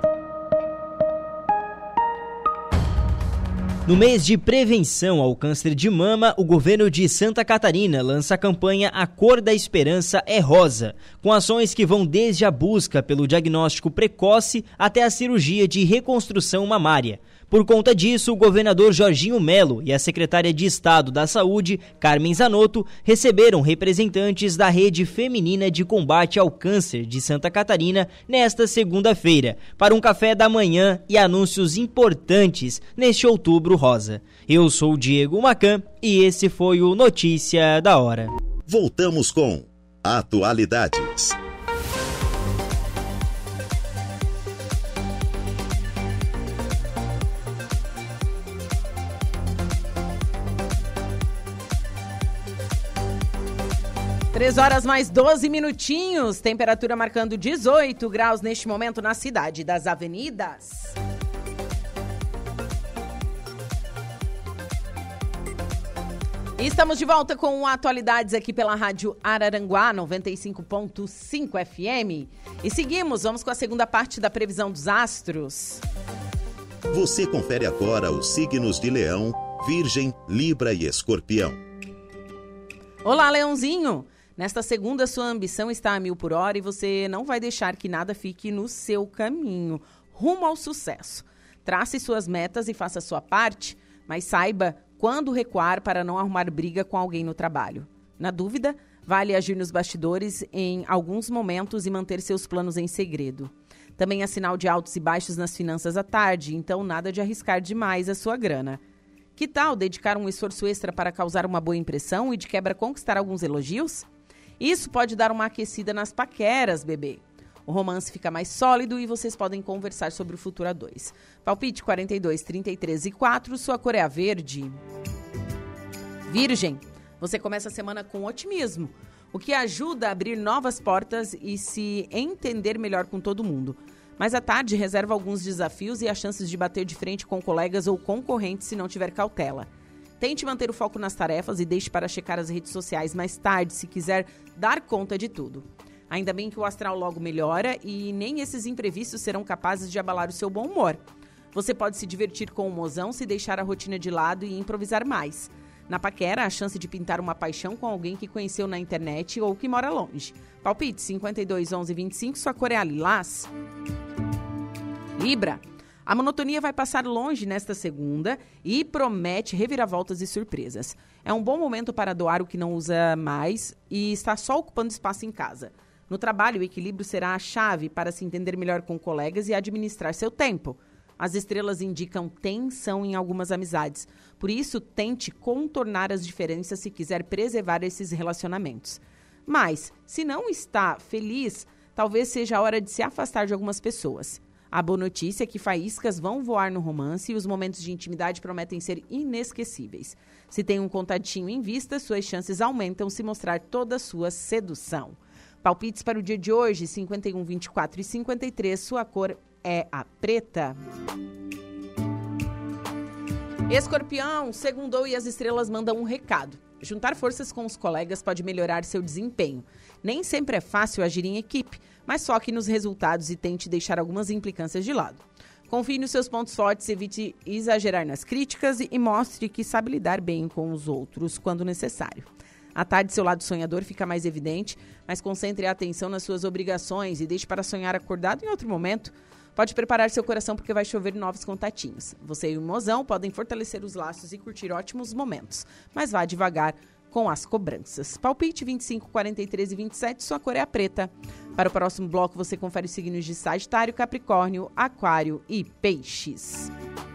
No mês de prevenção ao câncer de mama, o governo de Santa Catarina lança a campanha A Cor da Esperança é Rosa, com ações que vão desde a busca pelo diagnóstico precoce até a cirurgia de reconstrução mamária. Por conta disso, o governador Jorginho Melo e a secretária de Estado da Saúde, Carmen Zanotto, receberam representantes da Rede Feminina de Combate ao Câncer de Santa Catarina nesta segunda-feira, para um café da manhã e anúncios importantes neste Outubro Rosa. Eu sou o Diego Macan e esse foi o Notícia da Hora. Voltamos com Atualidades. Três horas mais doze minutinhos, temperatura marcando dezoito graus neste momento na cidade das avenidas. Estamos de volta com Atualidades aqui pela Rádio Araranguá, noventa e cinco ponto cinco F M. E seguimos, vamos com a segunda parte da previsão dos astros. Você confere agora os signos de Leão, Virgem, Libra e Escorpião. Olá, Leãozinho! Nesta segunda, sua ambição está a mil por hora e você não vai deixar que nada fique no seu caminho, rumo ao sucesso. Trace suas metas e faça sua parte, mas saiba quando recuar para não arrumar briga com alguém no trabalho. Na dúvida, vale agir nos bastidores em alguns momentos e manter seus planos em segredo. Também há sinal de altos e baixos nas finanças à tarde, então nada de arriscar demais a sua grana. Que tal dedicar um esforço extra para causar uma boa impressão e de quebra conquistar alguns elogios? Isso pode dar uma aquecida nas paqueras, bebê. O romance fica mais sólido e vocês podem conversar sobre o futuro a dois. Palpite quarenta e dois, trinta e três e quatro, sua cor é a verde. Virgem, você começa a semana com otimismo, o que ajuda a abrir novas portas e se entender melhor com todo mundo. Mas à tarde reserva alguns desafios e as chances de bater de frente com colegas ou concorrentes se não tiver cautela. Tente manter o foco nas tarefas e deixe para checar as redes sociais mais tarde se quiser dar conta de tudo. Ainda bem que o astral logo melhora e nem esses imprevistos serão capazes de abalar o seu bom humor. Você pode se divertir com o mozão se deixar a rotina de lado e improvisar mais. Na paquera, a chance de pintar uma paixão com alguém que conheceu na internet ou que mora longe. Palpite cinquenta e dois, onze, vinte e cinco, sua cor é a lilás. Libra. A monotonia vai passar longe nesta segunda e promete reviravoltas e surpresas. É um bom momento para doar o que não usa mais e está só ocupando espaço em casa. No trabalho, o equilíbrio será a chave para se entender melhor com colegas e administrar seu tempo. As estrelas indicam tensão em algumas amizades. Por isso, tente contornar as diferenças se quiser preservar esses relacionamentos. Mas, se não está feliz, talvez seja a hora de se afastar de algumas pessoas. A boa notícia é que faíscas vão voar no romance e os momentos de intimidade prometem ser inesquecíveis. Se tem um contatinho em vista, suas chances aumentam se mostrar toda a sua sedução. Palpites para o dia de hoje, cinquenta e um, vinte e quatro e cinquenta e três, sua cor é a preta. Escorpião, segundou e as estrelas mandam um recado. Juntar forças com os colegas pode melhorar seu desempenho. Nem sempre é fácil agir em equipe, mas foque nos resultados e tente deixar algumas implicâncias de lado. Confie nos seus pontos fortes, evite exagerar nas críticas e mostre que sabe lidar bem com os outros quando necessário. À tarde, seu lado sonhador fica mais evidente, mas concentre a atenção nas suas obrigações e deixe para sonhar acordado em outro momento. Pode preparar seu coração porque vai chover novos contatinhos. Você e o mozão podem fortalecer os laços e curtir ótimos momentos, mas vá devagar com as cobranças. Palpite vinte e cinco, quarenta e três e vinte e sete, sua cor é a preta. Para o próximo bloco, você confere os signos de Sagitário, Capricórnio, Aquário e Peixes.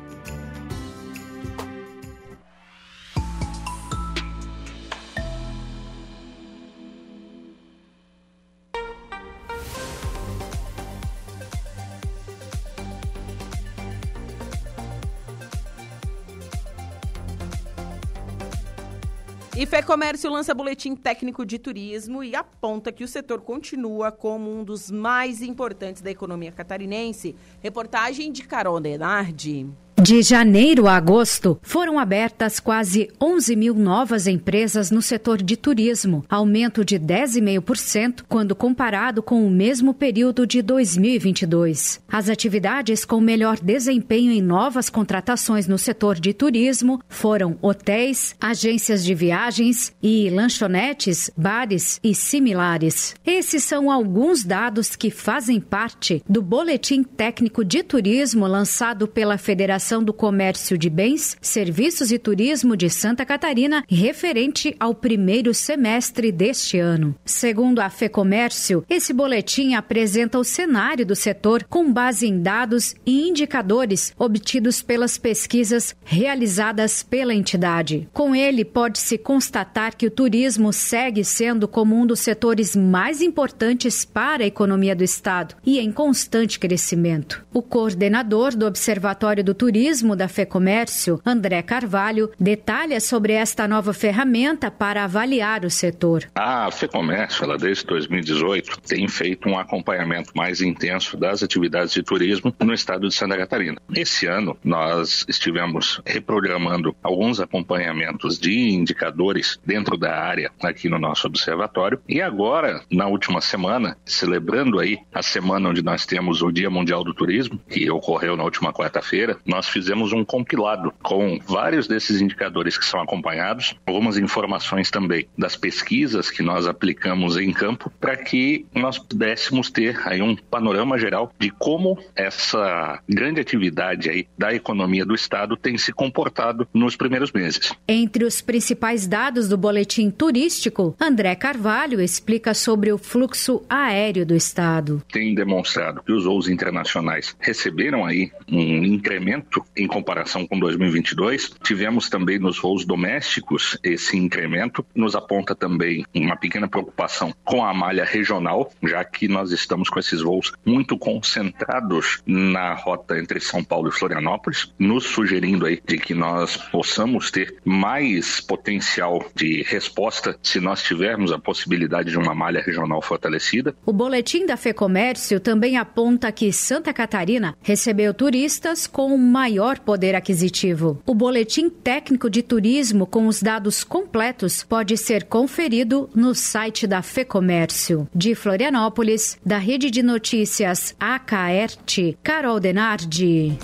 E Fé Comércio lança boletim técnico de turismo e aponta que o setor continua como um dos mais importantes da economia catarinense. Reportagem de Carol Denardi. De janeiro a agosto, foram abertas quase onze mil novas empresas no setor de turismo, aumento de dez vírgula cinco por cento quando comparado com o mesmo período de dois mil e vinte e dois. As atividades com melhor desempenho em novas contratações no setor de turismo foram hotéis, agências de viagens e lanchonetes, bares e similares. Esses são alguns dados que fazem parte do Boletim Técnico de Turismo lançado pela Federação do Comércio de Bens, Serviços e Turismo de Santa Catarina, referente ao primeiro semestre deste ano. Segundo a FEComércio, esse boletim apresenta o cenário do setor com base em dados e indicadores obtidos pelas pesquisas realizadas pela entidade. Com ele, pode-se constatar que o turismo segue sendo como um dos setores mais importantes para a economia do Estado e em constante crescimento. O coordenador do Observatório do Turismo da FEComércio, André Carvalho, detalha sobre esta nova ferramenta para avaliar o setor. A FEComércio, ela desde dois mil e dezoito, tem feito um acompanhamento mais intenso das atividades de turismo no estado de Santa Catarina. Esse ano, nós estivemos reprogramando alguns acompanhamentos de indicadores dentro da área aqui no nosso observatório e agora, na última semana, celebrando aí a semana onde nós temos o Dia Mundial do Turismo, que ocorreu na última quarta-feira, nós fizemos um compilado com vários desses indicadores que são acompanhados, algumas informações também das pesquisas que nós aplicamos em campo, para que nós pudéssemos ter aí um panorama geral de como essa grande atividade aí da economia do Estado tem se comportado nos primeiros meses. Entre os principais dados do boletim turístico, André Carvalho explica sobre o fluxo aéreo do Estado. Tem demonstrado que os voos internacionais receberam aí um incremento em comparação com dois mil e vinte e dois. Tivemos também nos voos domésticos esse incremento. Nos aponta também uma pequena preocupação com a malha regional, já que nós estamos com esses voos muito concentrados na rota entre São Paulo e Florianópolis, nos sugerindo aí de que nós possamos ter mais potencial de resposta se nós tivermos a possibilidade de uma malha regional fortalecida. O boletim da FEComércio também aponta que Santa Catarina recebeu turistas com maior poder aquisitivo. O boletim técnico de turismo com os dados completos pode ser conferido no site da FEComércio. De Florianópolis, da Rede de Notícias A K R T, Carol Denardi.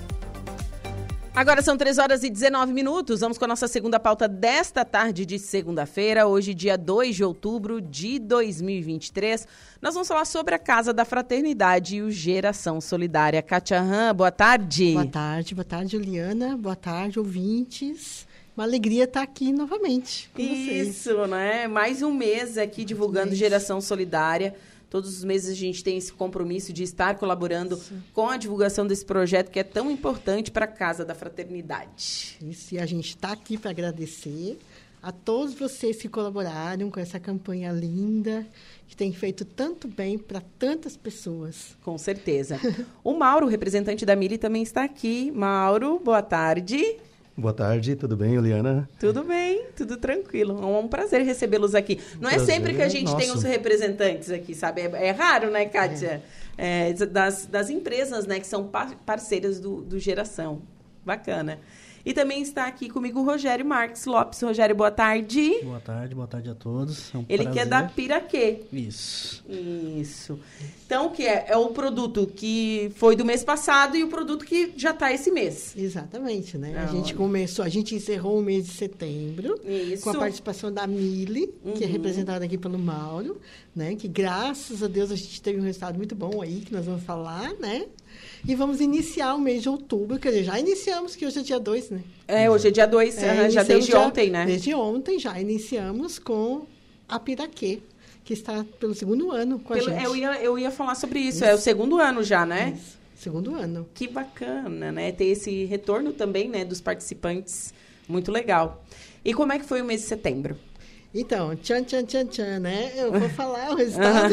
Agora são três horas e dezenove minutos. Vamos com a nossa segunda pauta desta tarde de segunda-feira, hoje dia dois de outubro de dois mil e vinte e três. Nós vamos falar sobre a Casa da Fraternidade e o Geração Solidária. Kátia Han, boa tarde. Boa tarde, boa tarde, Juliana. Boa tarde, ouvintes. Uma alegria estar aqui novamente com vocês. Isso, né? Mais um mês aqui divulgando Geração Solidária. Todos os meses a gente tem esse compromisso de estar colaborando Sim. com a divulgação desse projeto que é tão importante para a Casa da Fraternidade. Isso, e a gente está aqui para agradecer a todos vocês que colaboraram com essa campanha linda, que tem feito tanto bem para tantas pessoas. Com certeza. O Mauro, representante da Mili, também está aqui. Mauro, boa tarde. Boa tarde, tudo bem, Juliana? Tudo bem, tudo tranquilo. É um prazer recebê-los aqui. Não é prazer sempre que a gente é tem os representantes aqui, sabe? É, é raro, né, Kátia? É. É, das, das empresas, né, que são parceiras do, do Geração. Bacana. E também está aqui comigo o Rogério Marques Lopes. Rogério, boa tarde. Boa tarde, boa tarde a todos. É um Ele prazer. que é da Piraquê. Isso. Isso. Então, o que é? É o produto que foi do mês passado e o produto que já está esse mês. Exatamente, né? Ah, a gente olha. começou, a gente encerrou o mês de setembro Isso. com a participação da Mili, Uhum. que é representada aqui pelo Mauro, né? Que graças a Deus a gente teve um resultado muito bom aí, que nós vamos falar, né? E vamos iniciar o mês de outubro, quer dizer, já iniciamos, que hoje é dia dois, né? É, hoje é dia dois, É, já iniciamos desde já- ontem, né? Desde ontem já iniciamos com a Piraquê, que está pelo segundo ano com Pelo- a gente. eu, ia, eu ia falar sobre isso. Isso. É o segundo ano já, né? Isso. Segundo ano. Que bacana, né? Ter esse retorno também, né, dos participantes. Muito legal. E como é que foi o mês de setembro? Então, tchan, tchan, tchan, tchan, né? Eu vou falar o resultado.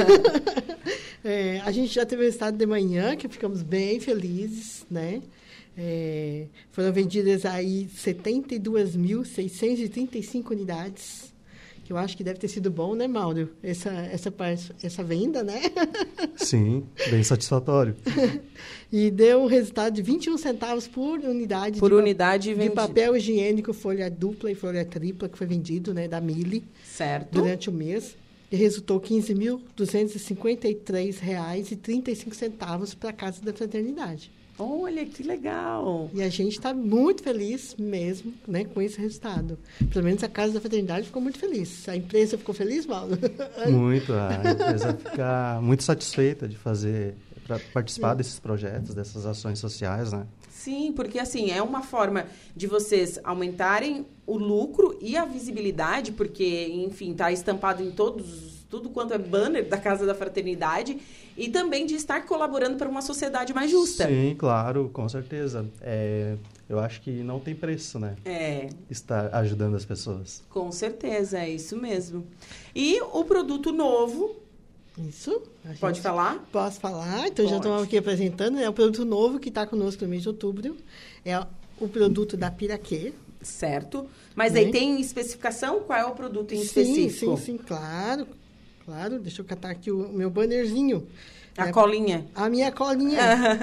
É, a gente já teve o resultado de manhã, que ficamos bem felizes, né? É, foram vendidas aí setenta e duas mil seiscentas e trinta e cinco unidades, que eu acho que deve ter sido bom, né, Mauro? Essa, essa, parte, essa venda, né? Sim, bem satisfatório. E deu um resultado de vinte e um centavos por unidade. Por de pa- unidade de vendi- papel higiênico, folha dupla e folha tripla, que foi vendido, né, da Mili. Certo. Durante o mês. E resultou quinze mil duzentos e cinquenta e três reais e trinta e cinco centavos para a Casa da Fraternidade. Olha, que legal. E a gente está muito feliz mesmo, né, com esse resultado. Pelo menos a Casa da Fraternidade ficou muito feliz. A empresa ficou feliz, Mauro? Muito, a empresa fica muito satisfeita de fazer, para participar desses projetos, dessas ações sociais, né? Sim, porque assim, é uma forma de vocês aumentarem o lucro e a visibilidade, porque, enfim, está estampado em todos, tudo quanto é banner da Casa da Fraternidade, e também de estar colaborando para uma sociedade mais justa. Sim, claro, com certeza. É, eu acho que não tem preço, né? É. Estar ajudando as pessoas. Com certeza, é isso mesmo. E o produto novo... Isso. Pode falar? Posso falar. Então, já Pode. estou aqui apresentando. É o produto novo que está conosco no mês de outubro. É o produto da Piraquê. Certo. Mas Né? aí tem especificação? Qual é o produto em Sim, específico? sim, sim, claro. Claro, deixa eu catar aqui o meu bannerzinho. A É colinha. A minha colinha.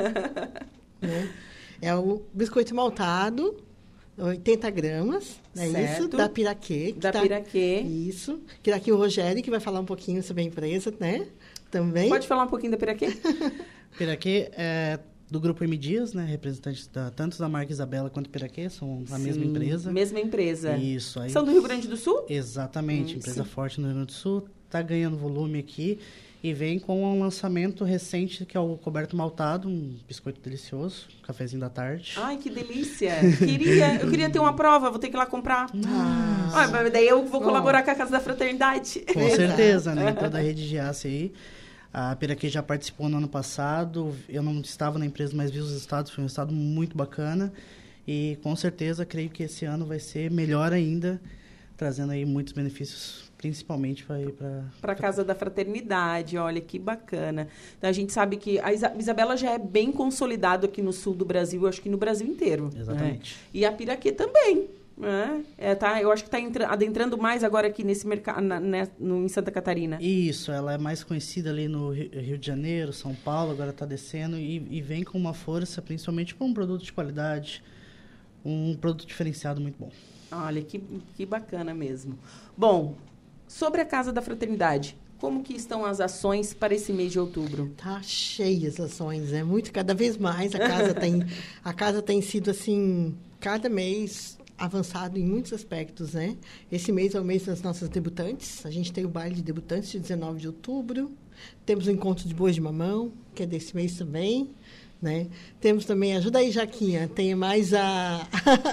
Né? É o biscoito maltado, oitenta gramas, é Certo. isso? Da Piraquê. que Da Piraquê. Isso. Que daqui o Rogério, que vai falar um pouquinho sobre a empresa, né? Também. Pode falar um pouquinho da Piraquê? Piraquê é do Grupo M Dias, né? Representantes da, tanto da marca Isabela quanto Piraquê, são a Sim, mesma empresa. Mesma empresa. Isso. Aí, São do Rio Grande do Sul? Exatamente. Hum, empresa sim. forte no Rio Grande do Sul, está ganhando volume aqui e vem com um lançamento recente que é o coberto maltado, um biscoito delicioso, um cafezinho da tarde. Ai, que delícia. Queria, eu queria ter uma prova, vou ter que ir lá comprar. Ah, mas daí eu vou colaborar com a Casa da Fraternidade. Com certeza, né? Em toda a rede de aço aí. A Piraquê já participou no ano passado. Eu não estava na empresa, mas vi os resultados. Foi um resultado muito bacana. E com certeza, creio que esse ano vai ser melhor ainda, trazendo aí muitos benefícios, principalmente para Para a Casa da Fraternidade, olha que bacana. Então, a gente sabe que a Isa- Isabela já é bem consolidado aqui no sul do Brasil, eu acho que no Brasil inteiro. Exatamente. Né? E a Piraquê também. Né? É, tá, eu acho que está adentrando mais agora aqui nesse mercado, na, né, no, em Santa Catarina. Isso, ela é mais conhecida ali no Rio Rio de Janeiro, São Paulo, agora está descendo e, e vem com uma força, principalmente com um produto de qualidade, um produto diferenciado muito bom. Olha, que, que bacana mesmo. Bom, sobre a Casa da Fraternidade, como que estão as ações para esse mês de outubro? Tá cheia as ações, é muito, cada vez mais a casa tem, a casa tem sido assim, cada mês avançado em muitos aspectos, né? Esse mês é o mês das nossas debutantes. A gente tem o baile de debutantes de dezenove de outubro. Temos o encontro de bois de mamão, que é desse mês também, né? Temos também, ajuda aí, Jaquinha, tem mais a...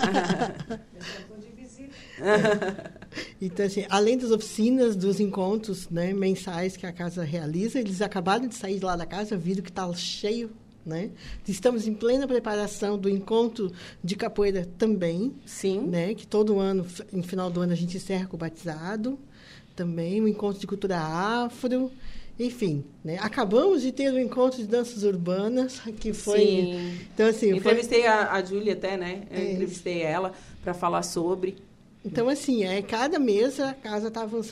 Então, assim, além das oficinas, dos encontros, né, mensais que a casa realiza, eles acabaram de sair lá da casa, viram que está cheio, né? Estamos em plena preparação do encontro de capoeira também. Sim. Né? Que todo ano, no final do ano, a gente encerra com o batizado. Também o encontro de cultura afro. Enfim, né? Acabamos de ter o encontro de danças urbanas, que foi... Sim. Então, assim, entrevistei foi... a, a Júlia até, né? Eu É. entrevistei ela para falar sobre. Então, assim, é, cada mês a casa está avançando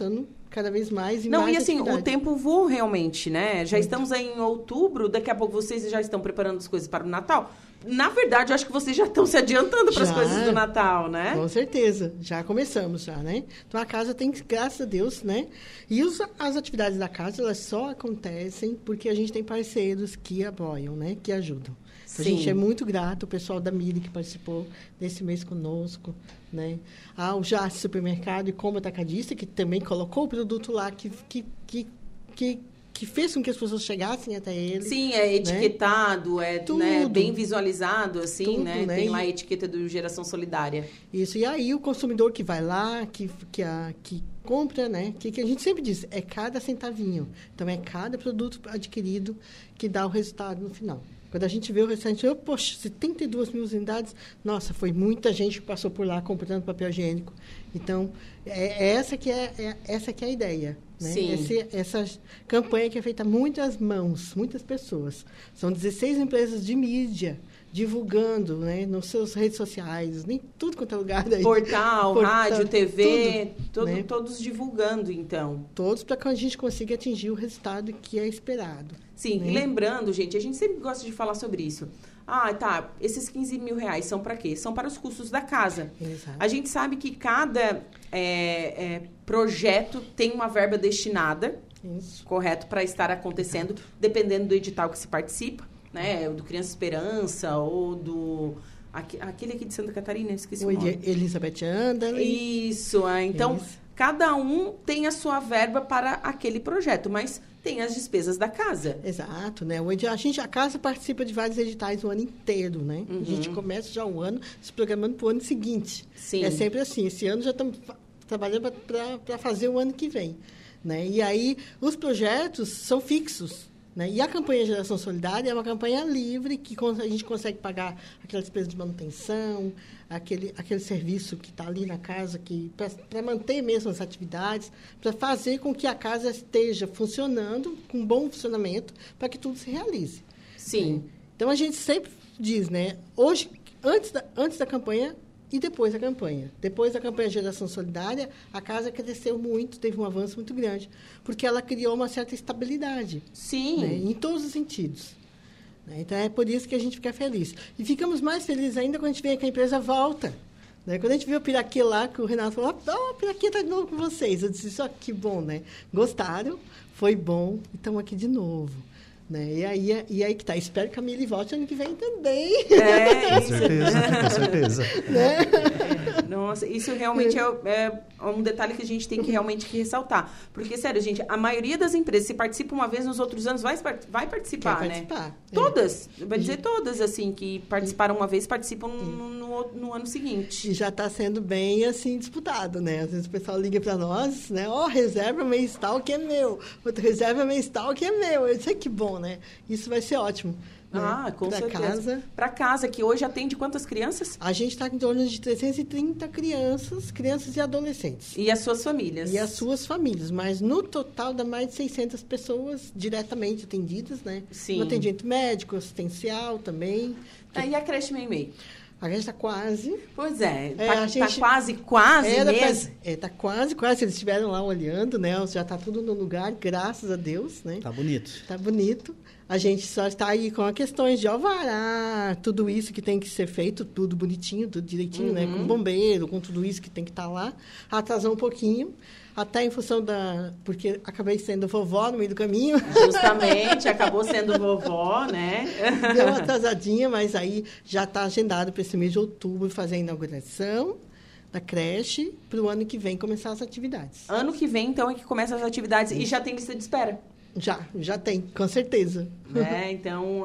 cada vez mais e Não, mais e assim, atividades. o tempo voa realmente, né? Já Muito. Estamos aí em outubro, daqui a pouco vocês já estão preparando as coisas para o Natal. Na verdade, eu acho que vocês já estão se adiantando para as coisas do Natal, né? Com certeza, já começamos já, né? Então, a casa tem, graças a Deus, né? E os, as atividades da casa, elas só acontecem porque a gente tem parceiros que apoiam, né? Que ajudam. Então, a gente é muito grato, o pessoal da Miri que participou desse mês conosco, né? Ao Jace Supermercado e Como Atacadista, que também colocou o produto lá, que... que, que, que que fez com que as pessoas chegassem até ele. Sim, é etiquetado, né? é né, bem visualizado, assim, Tudo, né? né? Tem lá a etiqueta do Geração Solidária. Isso, e aí o consumidor que vai lá, que, que, a, que compra, né? Que, que a gente sempre diz, é cada centavinho. Então, é cada produto adquirido que dá o resultado no final. Quando a gente vê o resultado, a gente vê, poxa, setenta e duas mil unidades, nossa, foi muita gente que passou por lá comprando papel higiênico. Então, é, é essa, que é, é, essa que é a ideia. Né? Sim. Esse, essa campanha que é feita a muitas mãos, muitas pessoas. São dezesseis empresas de mídia divulgando, né, nas suas redes sociais, nem tudo quanto é lugar daí. Portal, Portal rádio, T V, tudo, todo, né? todos divulgando, então. Todos para que a gente consiga atingir o resultado que é esperado. Sim, né? E lembrando, gente, a gente sempre gosta de falar sobre isso. Ah, tá, esses quinze mil reais são para quê? São para os custos da casa. Exato. A gente sabe que cada é, é, projeto tem uma verba destinada, Isso. correto, para estar acontecendo, dependendo do edital que se participa. Né, do Criança Esperança ou do... Aquele aqui de Santa Catarina, eu esqueci o, o nome. Elizabeth Anderley. Isso, é, então, Isso. cada um tem a sua verba para aquele projeto, mas tem as despesas da casa. Exato, né? A, gente, a casa participa de vários editais o ano inteiro, né? Uhum. A gente começa já o ano se programando para o ano seguinte. Sim. É sempre assim, esse ano já estamos trabalhando para fazer o ano que vem. Né? E aí, os projetos são fixos. Né? E a campanha Geração Solidária é uma campanha livre, que a gente consegue pagar aquela despesa de manutenção, aquele, aquele serviço que está ali na casa, para manter mesmo as atividades, para fazer com que a casa esteja funcionando, com bom funcionamento, para que tudo se realize. Sim. Né? Então, a gente sempre diz, né? Hoje, antes da, antes da campanha... E depois da campanha. Depois da campanha Geração Solidária, a casa cresceu muito, teve um avanço muito grande, porque ela criou uma certa estabilidade. Sim. Né, em todos os sentidos. Né, então, é por isso que a gente fica feliz. E ficamos mais felizes ainda quando a gente vê que a empresa volta. Né? Quando a gente viu o Piraquê lá, que o Renato falou, oh, o Piraquê está de novo com vocês. Eu disse, só que bom, né? Gostaram, foi bom, e estamos aqui de novo. Né? E, aí, e aí que tá. Espero que a Mili volte ano que vem também. É, com certeza, com certeza. Né? É, nossa, isso realmente é, é um detalhe que a gente tem que realmente que ressaltar. Porque, sério, gente, a maioria das empresas, se participa uma vez nos outros anos, vai, vai participar, Quer né? participar. Todas. É. Vai dizer todas, assim, que participaram uma vez, participam no, no, no ano seguinte. E já está sendo bem, assim, disputado, né? Às vezes o pessoal liga para nós, né? Ó, oh, reserva mês tal que é meu. Outra reserva mês tal que é meu. Eu sei que bom, né? Isso vai ser ótimo. Né? Ah, com pra certeza. Casa. Para casa, que hoje atende quantas crianças? A gente está em torno de trezentas e trinta crianças, crianças e adolescentes. E as suas famílias? E as suas famílias, mas no total dá mais de seiscentas pessoas diretamente atendidas, né? Sim. No atendimento médico, assistencial também. Ah, e a creche Meimei? A gente está quase. Pois é, é tá, a gente, tá quase, quase era mesmo. Pra, é, tá quase, quase. Eles estiveram lá olhando, né? Já está tudo no lugar, graças a Deus, né? Tá bonito. Tá bonito. A gente só está aí com as questões de alvará, tudo isso que tem que ser feito, tudo bonitinho, tudo direitinho, uhum. né? Com bombeiro, com tudo isso que tem que estar tá lá. Atrasou um pouquinho, até em função da... Porque acabei sendo vovó no meio do caminho. Justamente, acabou sendo vovó, né? Deu uma atrasadinha, mas aí já está agendado para esse mês de outubro fazer a inauguração da creche, para o ano que vem começar as atividades. Ano que vem, então, é que começa as atividades e já tem lista de espera. Já, já tem, com certeza. É, então,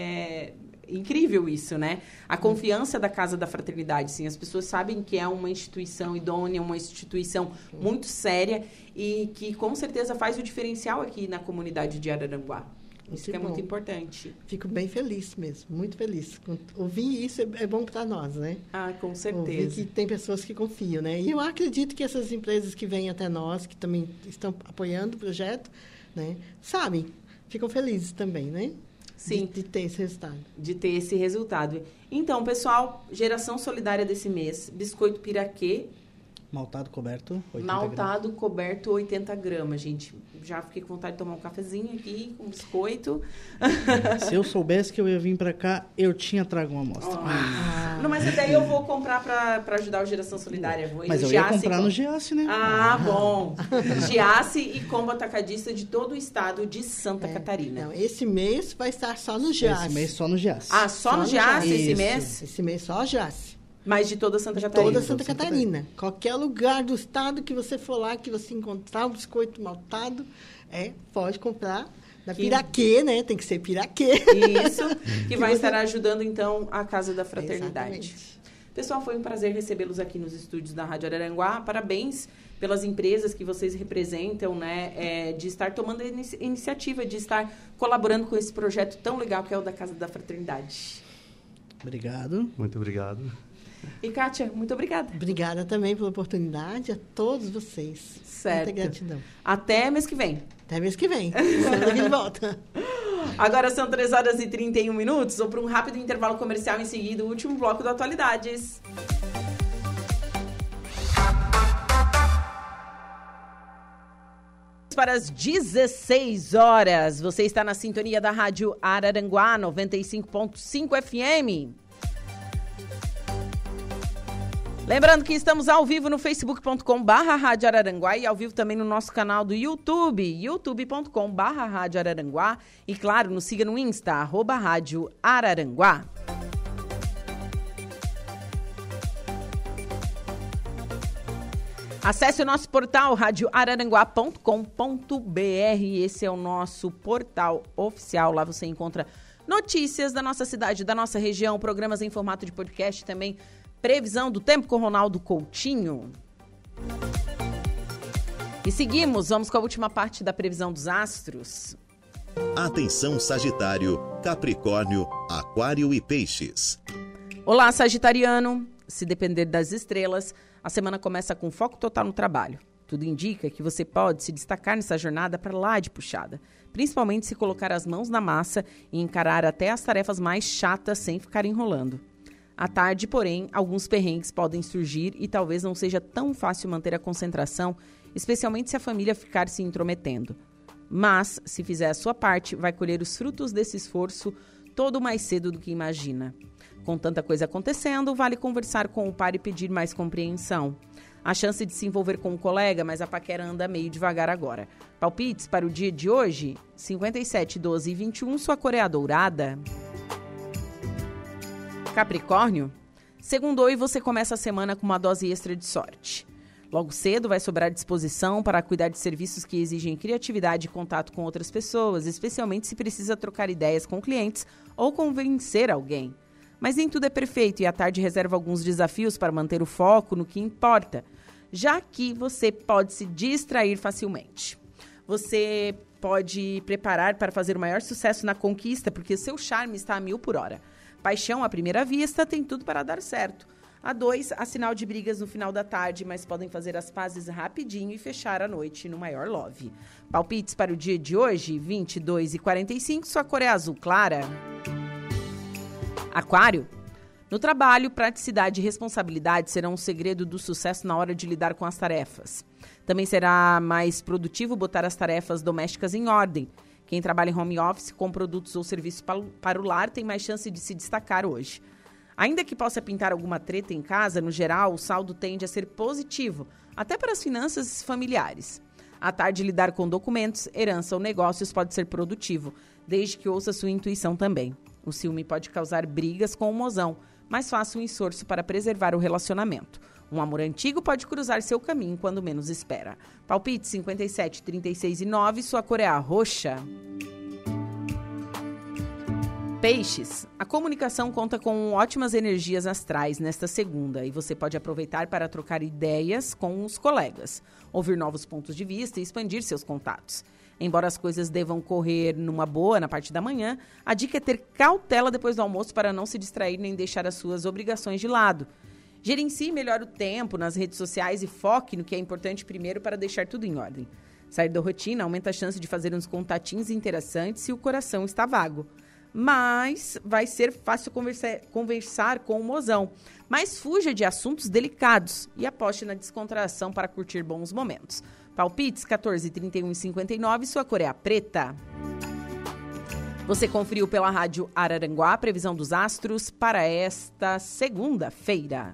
é incrível isso, né? A confiança da Casa da Fraternidade, sim. As pessoas sabem que é uma instituição idônea, uma instituição muito séria e que, com certeza, faz o diferencial aqui na comunidade de Araranguá. Isso que é muito importante. Fico bem feliz mesmo, muito feliz. Ouvir isso é bom para nós, né? Ah, com certeza. Ouvir que tem pessoas que confiam, né? E eu acredito que essas empresas que vêm até nós, que também estão apoiando o projeto, né, sabem, ficam felizes também, né? Sim. De, de ter esse resultado. De ter esse resultado. Então, pessoal, geração solidária desse mês, Biscoito Piraquê, Maltado coberto, oitenta Maltado gramas. coberto, oitenta gramas, gente. Já fiquei com vontade de tomar um cafezinho aqui, com biscoito. Se eu soubesse que eu ia vir pra cá, eu tinha trago uma amostra. Ah. Não, mas daí eu vou comprar pra, pra ajudar o Geração Solidária. Vou mas no eu ia Giasse comprar com... no Giasse, né? Ah, bom. Giasse e combo atacadista de todo o estado de Santa é. Catarina. Não, esse mês vai estar só no Giasse. Esse mês só no Giasse. Ah, só, só no Giasse esse mês? Esse mês só Giasse. Mas de toda Santa Catarina. Toda Santa Catarina. Catarina. Qualquer lugar do estado que você for lá, que você encontrar um biscoito maltado, é, pode comprar na que... Piraquê, né? Tem que ser Piraquê. Isso, que, que vai você... estar ajudando, então, a Casa da Fraternidade. Exatamente. Pessoal, foi um prazer recebê-los aqui nos estúdios da Rádio Araranguá. Parabéns pelas empresas que vocês representam, né? É, de estar tomando a inici- iniciativa, de estar colaborando com esse projeto tão legal que é o da Casa da Fraternidade. Obrigado. Muito obrigado. E, Kátia, muito obrigada. Obrigada também pela oportunidade, a todos vocês. Certo. Muita gratidão. Até mês que vem. Até mês que vem. Estamos aqui de volta. Agora são três horas e trinta e um minutos. Vou para um rápido intervalo comercial, em seguida o último bloco do Atualidades. Para as dezesseis horas, você está na sintonia da Rádio Araranguá, noventa e cinco ponto cinco F M. Lembrando que estamos ao vivo no facebook ponto com barra Rádio Araranguá e ao vivo também no nosso canal do YouTube, youtube ponto com barra Rádio Araranguá. E claro, nos siga no Insta, arroba Rádio Araranguá. Acesse o nosso portal rádio araranguá ponto com ponto b r. Esse é o nosso portal oficial. Lá você encontra notícias da nossa cidade, da nossa região, programas em formato de podcast também. Previsão do tempo com Ronaldo Coutinho. E seguimos, vamos com a última parte da previsão dos astros. Atenção Sagitário, Capricórnio, Aquário e Peixes. Olá, Sagitariano. Se depender das estrelas, a semana começa com foco total no trabalho. Tudo indica que você pode se destacar nessa jornada para lá de puxada, principalmente se colocar as mãos na massa e encarar até as tarefas mais chatas sem ficar enrolando. À tarde, porém, alguns perrengues podem surgir e talvez não seja tão fácil manter a concentração, especialmente se a família ficar se intrometendo. Mas, se fizer a sua parte, vai colher os frutos desse esforço todo mais cedo do que imagina. Com tanta coisa acontecendo, vale conversar com o par e pedir mais compreensão. A chance de se envolver com um colega, mas a paquera anda meio devagar agora. Palpites para o dia de hoje? cinquenta e sete, doze e vinte e um, sua cor é a dourada. Capricórnio, segundou e você começa a semana com uma dose extra de sorte. Logo cedo vai sobrar disposição para cuidar de serviços que exigem criatividade e contato com outras pessoas, especialmente se precisa trocar ideias com clientes ou convencer alguém. Mas nem tudo é perfeito e à tarde reserva alguns desafios para manter o foco no que importa, já que você pode se distrair facilmente. Você pode preparar para fazer o maior sucesso na conquista, porque seu charme está a mil por hora. Paixão à primeira vista tem tudo para dar certo. A dois, há sinal de brigas no final da tarde, mas podem fazer as pazes rapidinho e fechar a noite no maior love. Palpites para o dia de hoje, vinte e dois e quarenta e cinco, sua cor é azul clara. Aquário, no trabalho, praticidade e responsabilidade serão um segredo do sucesso na hora de lidar com as tarefas. Também será mais produtivo botar as tarefas domésticas em ordem. Quem trabalha em home office com produtos ou serviços para o lar tem mais chance de se destacar hoje. Ainda que possa pintar alguma treta em casa, no geral, o saldo tende a ser positivo, até para as finanças familiares. À tarde, lidar com documentos, herança ou negócios pode ser produtivo, desde que ouça sua intuição também. O ciúme pode causar brigas com o mozão, mas faça um esforço para preservar o relacionamento. Um amor antigo pode cruzar seu caminho quando menos espera. Palpite cinquenta e sete, trinta e seis e nove, sua cor é a roxa. Peixes, a comunicação conta com ótimas energias astrais nesta segunda e você pode aproveitar para trocar ideias com os colegas, ouvir novos pontos de vista e expandir seus contatos. Embora as coisas devam correr numa boa na parte da manhã, a dica é ter cautela depois do almoço para não se distrair nem deixar as suas obrigações de lado. Gerencie melhor o tempo nas redes sociais e foque no que é importante primeiro para deixar tudo em ordem. Sair da rotina aumenta a chance de fazer uns contatinhos interessantes se o coração está vago. mas vai ser fácil conversar, conversar com o mozão. Mas fuja de assuntos delicados e aposte na descontração para curtir bons momentos. Palpites quatorze, trinta e um e cinquenta e nove, sua cor é a preta. Você conferiu pela Rádio Araranguá a previsão dos astros para esta segunda-feira.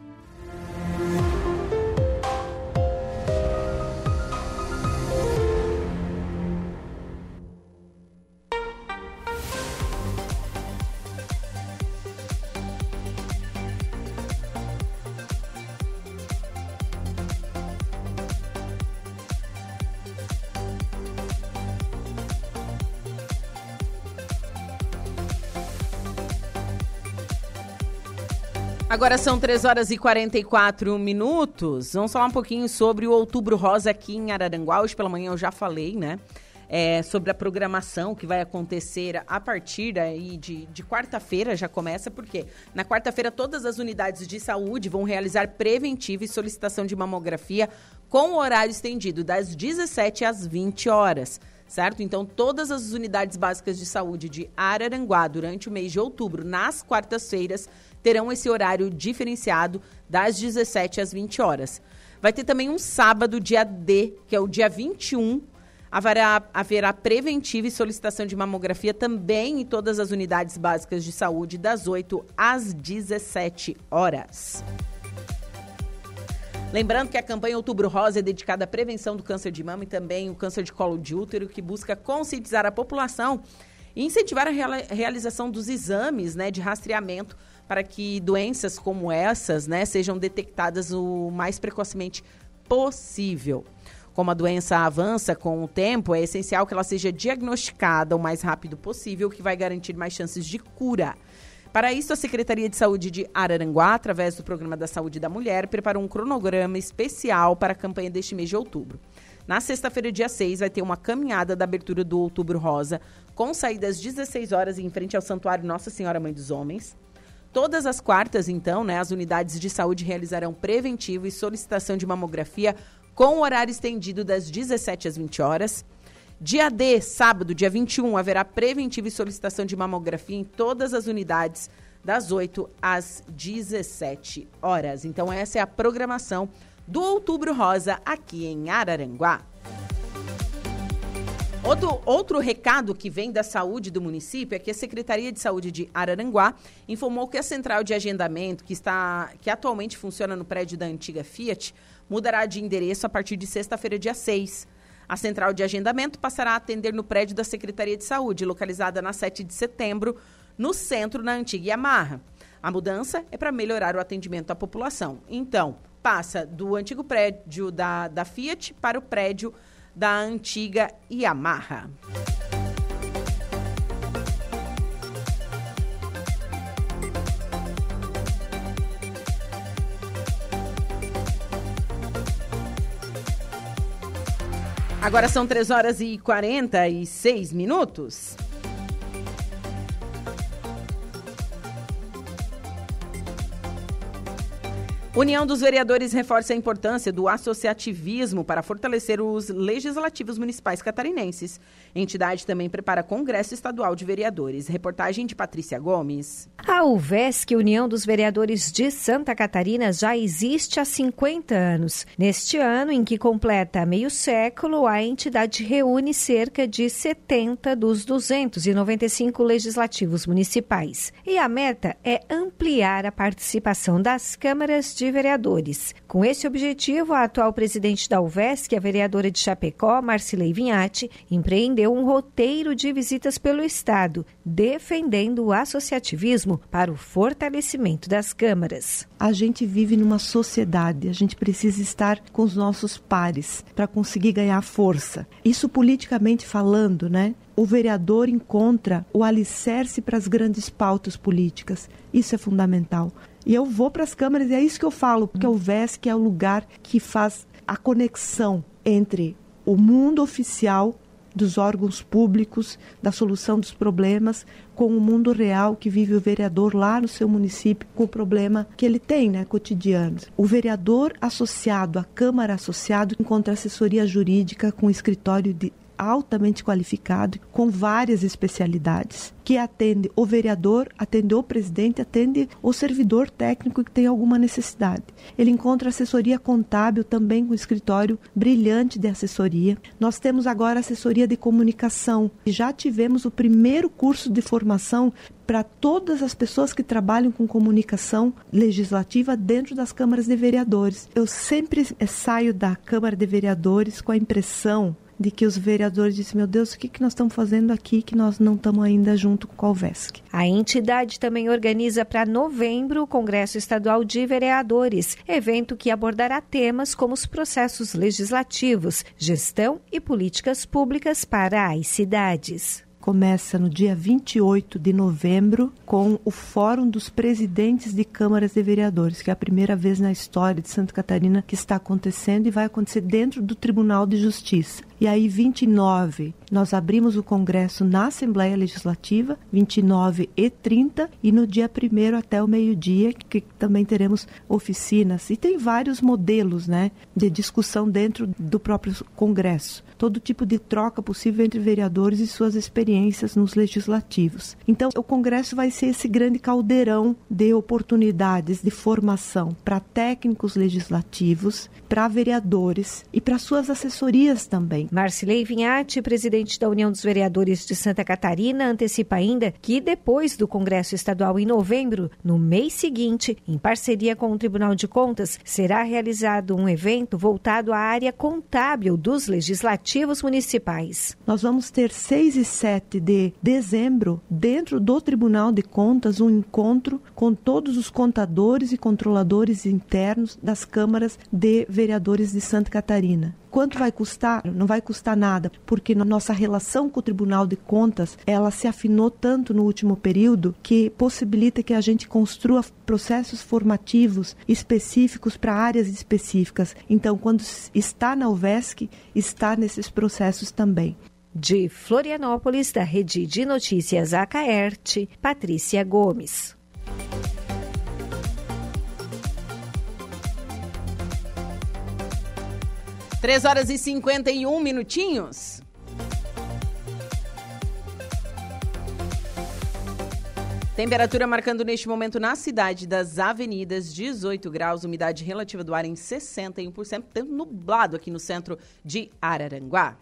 Agora são três horas e quarenta e quatro minutos. Vamos falar um pouquinho sobre o Outubro Rosa aqui em Araranguá. Hoje pela manhã eu já falei, né? É, sobre a programação que vai acontecer a partir daí de, de quarta-feira, já começa, porque na quarta-feira todas as unidades de saúde vão realizar preventiva e solicitação de mamografia com o horário estendido das dezessete às vinte horas. Certo? Então, todas as unidades básicas de saúde de Araranguá, durante o mês de outubro, nas quartas-feiras, terão esse horário diferenciado das dezessete às vinte horas. Vai ter também um sábado, dia D, que é o dia vinte e um, haverá, haverá preventiva e solicitação de mamografia também em todas as unidades básicas de saúde, das oito às dezessete horas. Lembrando que a campanha Outubro Rosa é dedicada à prevenção do câncer de mama e também o câncer de colo de útero, que busca conscientizar a população e incentivar a realização dos exames, né, de rastreamento para que doenças como essas, né, sejam detectadas o mais precocemente possível. Como a doença avança com o tempo, é essencial que ela seja diagnosticada o mais rápido possível, o que vai garantir mais chances de cura. Para isso, a Secretaria de Saúde de Araranguá, através do Programa da Saúde da Mulher, preparou um cronograma especial para a campanha deste mês de outubro. Na sexta-feira, dia seis, vai ter uma caminhada da abertura do Outubro Rosa, com saída às dezesseis horas em frente ao Santuário Nossa Senhora Mãe dos Homens. Todas as quartas, então, né, as unidades de saúde realizarão preventivo e solicitação de mamografia com o horário estendido das dezessete às vinte horas. Dia D, sábado, dia vinte e um, haverá preventiva e solicitação de mamografia em todas as unidades, das oito às dezessete horas. Então, essa é a programação do Outubro Rosa aqui em Araranguá. Outro, outro recado que vem da saúde do município é que a Secretaria de Saúde de Araranguá informou que a central de agendamento, que, está, que atualmente funciona no prédio da antiga Fiat, mudará de endereço a partir de sexta-feira, dia seis. A central de agendamento passará a atender no prédio da Secretaria de Saúde, localizada na sete de setembro, no centro, na antiga Yamaha. A mudança é para melhorar o atendimento à população. Então, passa do antigo prédio da, da Fiat para o prédio da antiga Yamaha. Agora são três horas e quarenta e seis minutos. União dos Vereadores reforça a importância do associativismo para fortalecer os legislativos municipais catarinenses. A entidade também prepara Congresso Estadual de Vereadores. Reportagem de Patrícia Gomes. A UVESC, União dos Vereadores de Santa Catarina, já existe há cinquenta anos. Neste ano, em que completa meio século, a entidade reúne cerca de setenta dos duzentos e noventa e cinco legislativos municipais. E a meta é ampliar a participação das câmaras de vereadores. Com esse objetivo, a atual presidente da UVESC, a vereadora de Chapecó, Marcilei Vinhati, empreendeu um roteiro de visitas pelo Estado, defendendo o associativismo para o fortalecimento das câmaras. A gente vive numa sociedade, a gente precisa estar com os nossos pares para conseguir ganhar força. Isso politicamente falando, né? O vereador encontra o alicerce para as grandes pautas políticas. Isso é fundamental. E eu vou para as câmaras e é isso que eu falo, porque o UVESC é o lugar que faz a conexão entre o mundo oficial dos órgãos públicos, da solução dos problemas, com o mundo real que vive o vereador lá no seu município, com o problema que ele tem, né, cotidiano. O vereador associado, a Câmara associado, encontra assessoria jurídica com escritório de altamente qualificado, com várias especialidades, que atende o vereador, atende o presidente, atende o servidor técnico que tem alguma necessidade. Ele encontra assessoria contábil também com escritório brilhante de assessoria. Nós temos agora assessoria de comunicação. Já tivemos o primeiro curso de formação para todas as pessoas que trabalham com comunicação legislativa dentro das câmaras de vereadores. Eu sempre saio da Câmara de Vereadores com a impressão de que os vereadores dizem, meu Deus, o que, que nós estamos fazendo aqui que nós não estamos ainda junto com a UVESC? A entidade também organiza para novembro o Congresso Estadual de Vereadores, evento que abordará temas como os processos legislativos, gestão e políticas públicas para as cidades. Começa no dia vinte e oito de novembro com o Fórum dos Presidentes de Câmaras de Vereadores, que é a primeira vez na história de Santa Catarina que está acontecendo e vai acontecer dentro do Tribunal de Justiça. E aí, vinte e nove, nós abrimos o Congresso na Assembleia Legislativa, vinte e nove e trinta, e no dia primeiro até o meio-dia, que também teremos oficinas. E tem vários modelos, né, de discussão dentro do próprio Congresso. Todo tipo de troca possível entre vereadores e suas experiências nos legislativos. Então, o Congresso vai ser esse grande caldeirão de oportunidades de formação para técnicos legislativos, para vereadores e para suas assessorias também. Marcilei Vinhati, presidente da União dos Vereadores de Santa Catarina, antecipa ainda que depois do Congresso Estadual em novembro, no mês seguinte, em parceria com o Tribunal de Contas, será realizado um evento voltado à área contábil dos legislativos municipais. Nós vamos ter seis e sete de dezembro, dentro do Tribunal de Contas, um encontro com todos os contadores e controladores internos das câmaras de vereadores de Santa Catarina. Quanto vai custar? Não vai custar nada, porque na nossa relação com o Tribunal de Contas, ela se afinou tanto no último período que possibilita que a gente construa processos formativos específicos para áreas específicas. Então, quando está na UVESC, está nesses processos também. De Florianópolis, da Rede de Notícias Acaerte, Patrícia Gomes. três horas e cinquenta e um minutinhos. Temperatura marcando neste momento na cidade das avenidas dezoito graus, umidade relativa do ar em sessenta e um por cento, tempo nublado aqui no centro de Araranguá.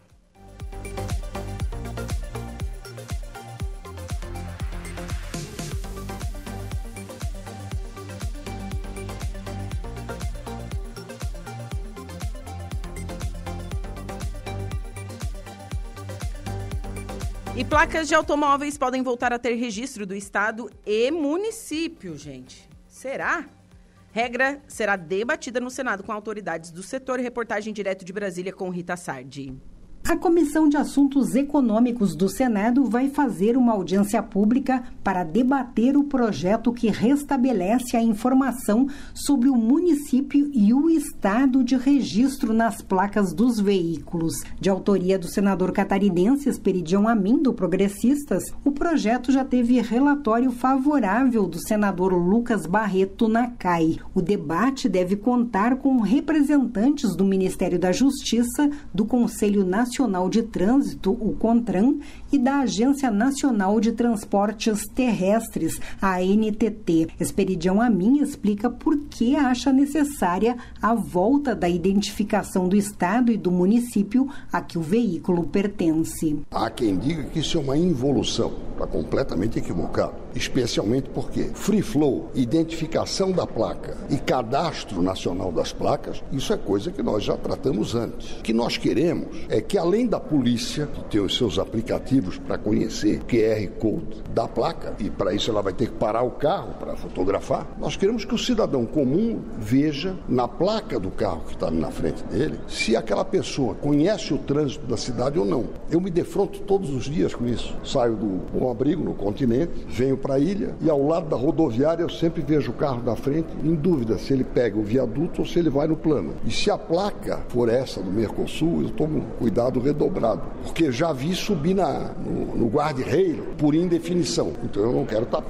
E placas de automóveis podem voltar a ter registro do estado e município, gente. Será? Regra será debatida no Senado com autoridades do setor. Reportagem direto de Brasília com Rita Sardi. A Comissão de Assuntos Econômicos do Senado vai fazer uma audiência pública para debater o projeto que restabelece a informação sobre o município e o estado de registro nas placas dos veículos. De autoria do senador catarinense Esperidião Amin, do Progressistas, o projeto já teve relatório favorável do senador Lucas Barreto na C A I. O debate deve contar com representantes do Ministério da Justiça, do Conselho Nacional Nacional de Trânsito, o CONTRAN, e da Agência Nacional de Transportes Terrestres, a A N T T. Esperidião Amin explica por que acha necessária a volta da identificação do estado e do município a que o veículo pertence. Há quem diga que isso é uma involução, está completamente equivocado, especialmente porque Free Flow, identificação da placa e cadastro nacional das placas, isso é coisa que nós já tratamos antes. O que nós queremos é que, além da polícia, que tem os seus aplicativos para conhecer o Q R Code da placa, e para isso ela vai ter que parar o carro para fotografar, nós queremos que o cidadão comum veja na placa do carro que está na frente dele se aquela pessoa conhece o trânsito da cidade ou não. Eu me defronto todos os dias com isso. Saio do Bom Abrigo, no continente, venho para a ilha e ao lado da rodoviária eu sempre vejo o carro da frente em dúvida se ele pega o viaduto ou se ele vai no plano. E se a placa for essa do Mercosul, eu tomo cuidado redobrado, porque já vi subir na, no, no guarda-reio por indefinição, então eu não quero estar perto.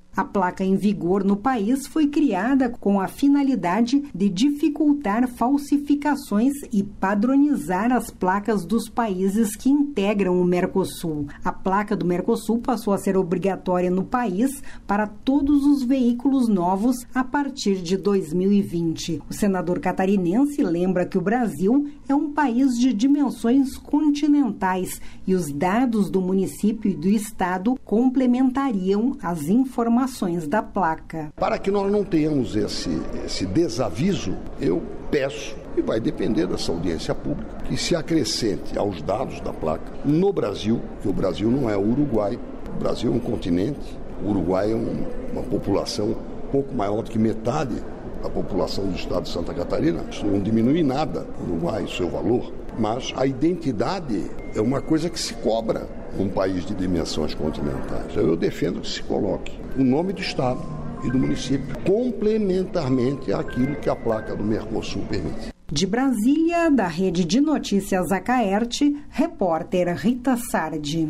A placa em vigor no país foi criada com a finalidade de dificultar falsificações e padronizar as placas dos países que integram o Mercosul. A placa do Mercosul passou a ser obrigatória no país para todos os veículos novos a partir de dois mil e vinte. O senador catarinense lembra que o Brasil é um país de dimensões continentais e os dados do município e do estado complementariam as informações da placa. Para que nós não tenhamos esse, esse desaviso, eu peço, e vai depender dessa audiência pública, que se acrescente aos dados da placa no Brasil, que o Brasil não é o Uruguai, o Brasil é um continente, o Uruguai é um, uma população um pouco maior do que metade da população do estado de Santa Catarina. Isso não diminui nada o Uruguai, o seu valor, mas a identidade é uma coisa que se cobra num país de dimensões continentais. Eu defendo que se coloque o nome do estado e do município complementarmente àquilo que a placa do Mercosul permite. De Brasília, da Rede de Notícias Acaerte, repórter Rita Sardi.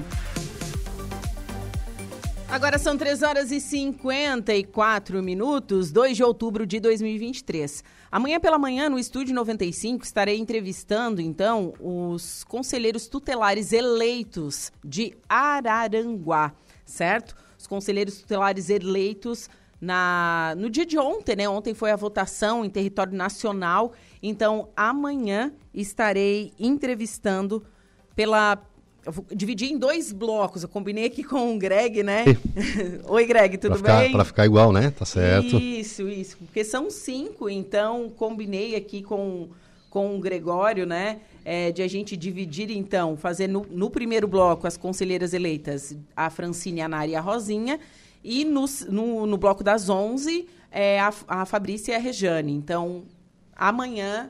Agora são três horas e cinquenta e quatro minutos, dois de outubro de dois mil e vinte e três. Amanhã pela manhã, no Estúdio noventa e cinco, estarei entrevistando, então, os conselheiros tutelares eleitos de Araranguá, certo? Os conselheiros tutelares eleitos na, no dia de ontem, né? Ontem foi a votação em território nacional, então amanhã estarei entrevistando pela... Eu vou dividir em dois blocos, eu combinei aqui com o Greg, né? Oi, Greg, tudo pra ficar, bem? Para ficar igual, né? Tá certo. Isso, isso, porque são cinco, então combinei aqui com, com o Gregório, né? É, de a gente dividir, então, fazer no, no primeiro bloco as conselheiras eleitas, a Francine, a Nari e a Rosinha, e no, no, no bloco das onze, é, a, a Fabrícia e a Rejane. Então, amanhã,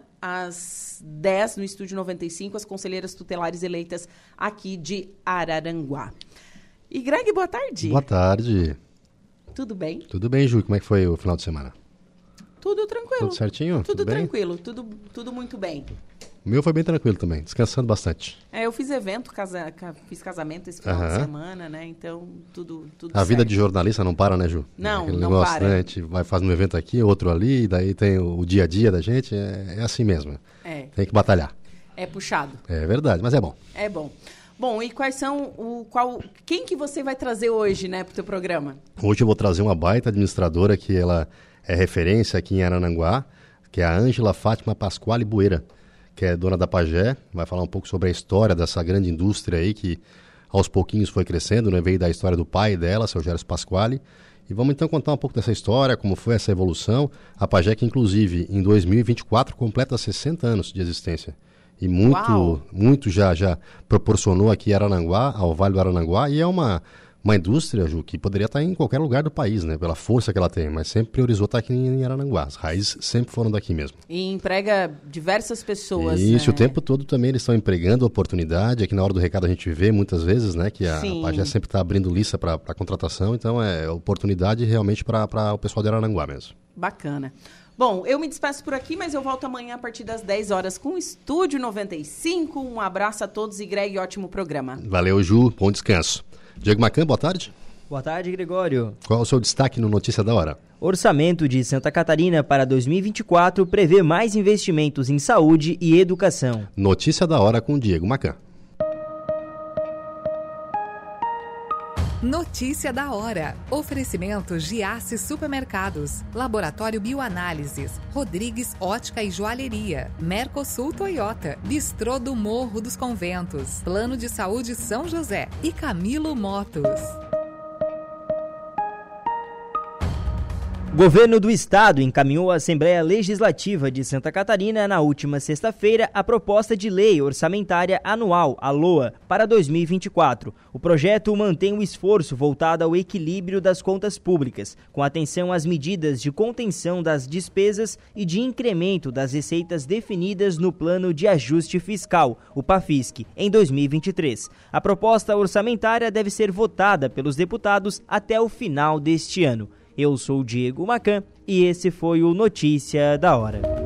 às dez, no Estúdio noventa e cinco, as conselheiras tutelares eleitas aqui de Araranguá. E, Greg, boa tarde. Boa tarde. Tudo bem? Tudo bem, Ju. Como é que foi o final de semana? Tudo tranquilo. Tudo certinho? Tudo, tudo bem? tranquilo, tudo, tudo muito bem. O meu foi bem tranquilo também, descansando bastante. É, eu fiz evento, casa, fiz casamento esse final Aham. de semana, né? Então, tudo, tudo A certo. vida de jornalista não para, né, Ju? Não, Aquele não negócio, para. Né? A gente vai fazer um evento aqui, outro ali, daí tem o, o dia a dia da gente, é, é assim mesmo. É. Tem que batalhar. É puxado. É verdade, mas é bom. É bom. Bom, e quais são o qual quem que você vai trazer hoje, né, pro teu programa? Hoje eu vou trazer uma baita administradora que ela é referência aqui em Araranguá, que é a Ângela Fátima Pasquale Bueira, que é dona da Pagé, vai falar um pouco sobre a história dessa grande indústria aí que aos pouquinhos foi crescendo, né? Veio da história do pai dela, seu Géros Pasquale. E vamos então contar um pouco dessa história, como foi essa evolução. A Pagé que inclusive em dois mil e vinte e quatro completa sessenta anos de existência. E muito, muito já, já proporcionou aqui Araranguá, ao Vale do Araranguá, e é uma, uma indústria, Ju, que poderia estar em qualquer lugar do país, né? Pela força que ela tem, mas sempre priorizou estar aqui em Araranguá. As raízes sempre foram daqui mesmo. E emprega diversas pessoas, Isso, né? o tempo todo também eles estão empregando oportunidade. Aqui na hora do recado a gente vê muitas vezes, né, que a, a Pagé sempre está abrindo lista para contratação, então é oportunidade realmente para o pessoal de Araranguá mesmo. Bacana. Bom, eu me despeço por aqui, mas eu volto amanhã a partir das dez horas com o Estúdio noventa e cinco. Um abraço a todos e Greg, ótimo programa. Valeu, Ju, bom descanso. Diego Macan, boa tarde. Boa tarde, Gregório. Qual é o seu destaque no Notícia da Hora? Orçamento de Santa Catarina para dois mil e vinte e quatro prevê mais investimentos em saúde e educação. Notícia da Hora com Diego Macan. Notícia da hora. Oferecimento Giasse Supermercados, Laboratório Bioanálises, Rodrigues Ótica e Joalheria, Mercosul Toyota, Bistrô do Morro dos Conventos, Plano de Saúde São José e Camilo Motos. O Governo do Estado encaminhou à Assembleia Legislativa de Santa Catarina na última sexta-feira a proposta de lei orçamentária anual, a LOA, para dois mil e vinte e quatro. O projeto mantém um esforço voltado ao equilíbrio das contas públicas, com atenção às medidas de contenção das despesas e de incremento das receitas definidas no Plano de Ajuste Fiscal, o PAFISC, em dois mil e vinte e três. A proposta orçamentária deve ser votada pelos deputados até o final deste ano. Eu sou o Diego Macan e esse foi o Notícia da Hora.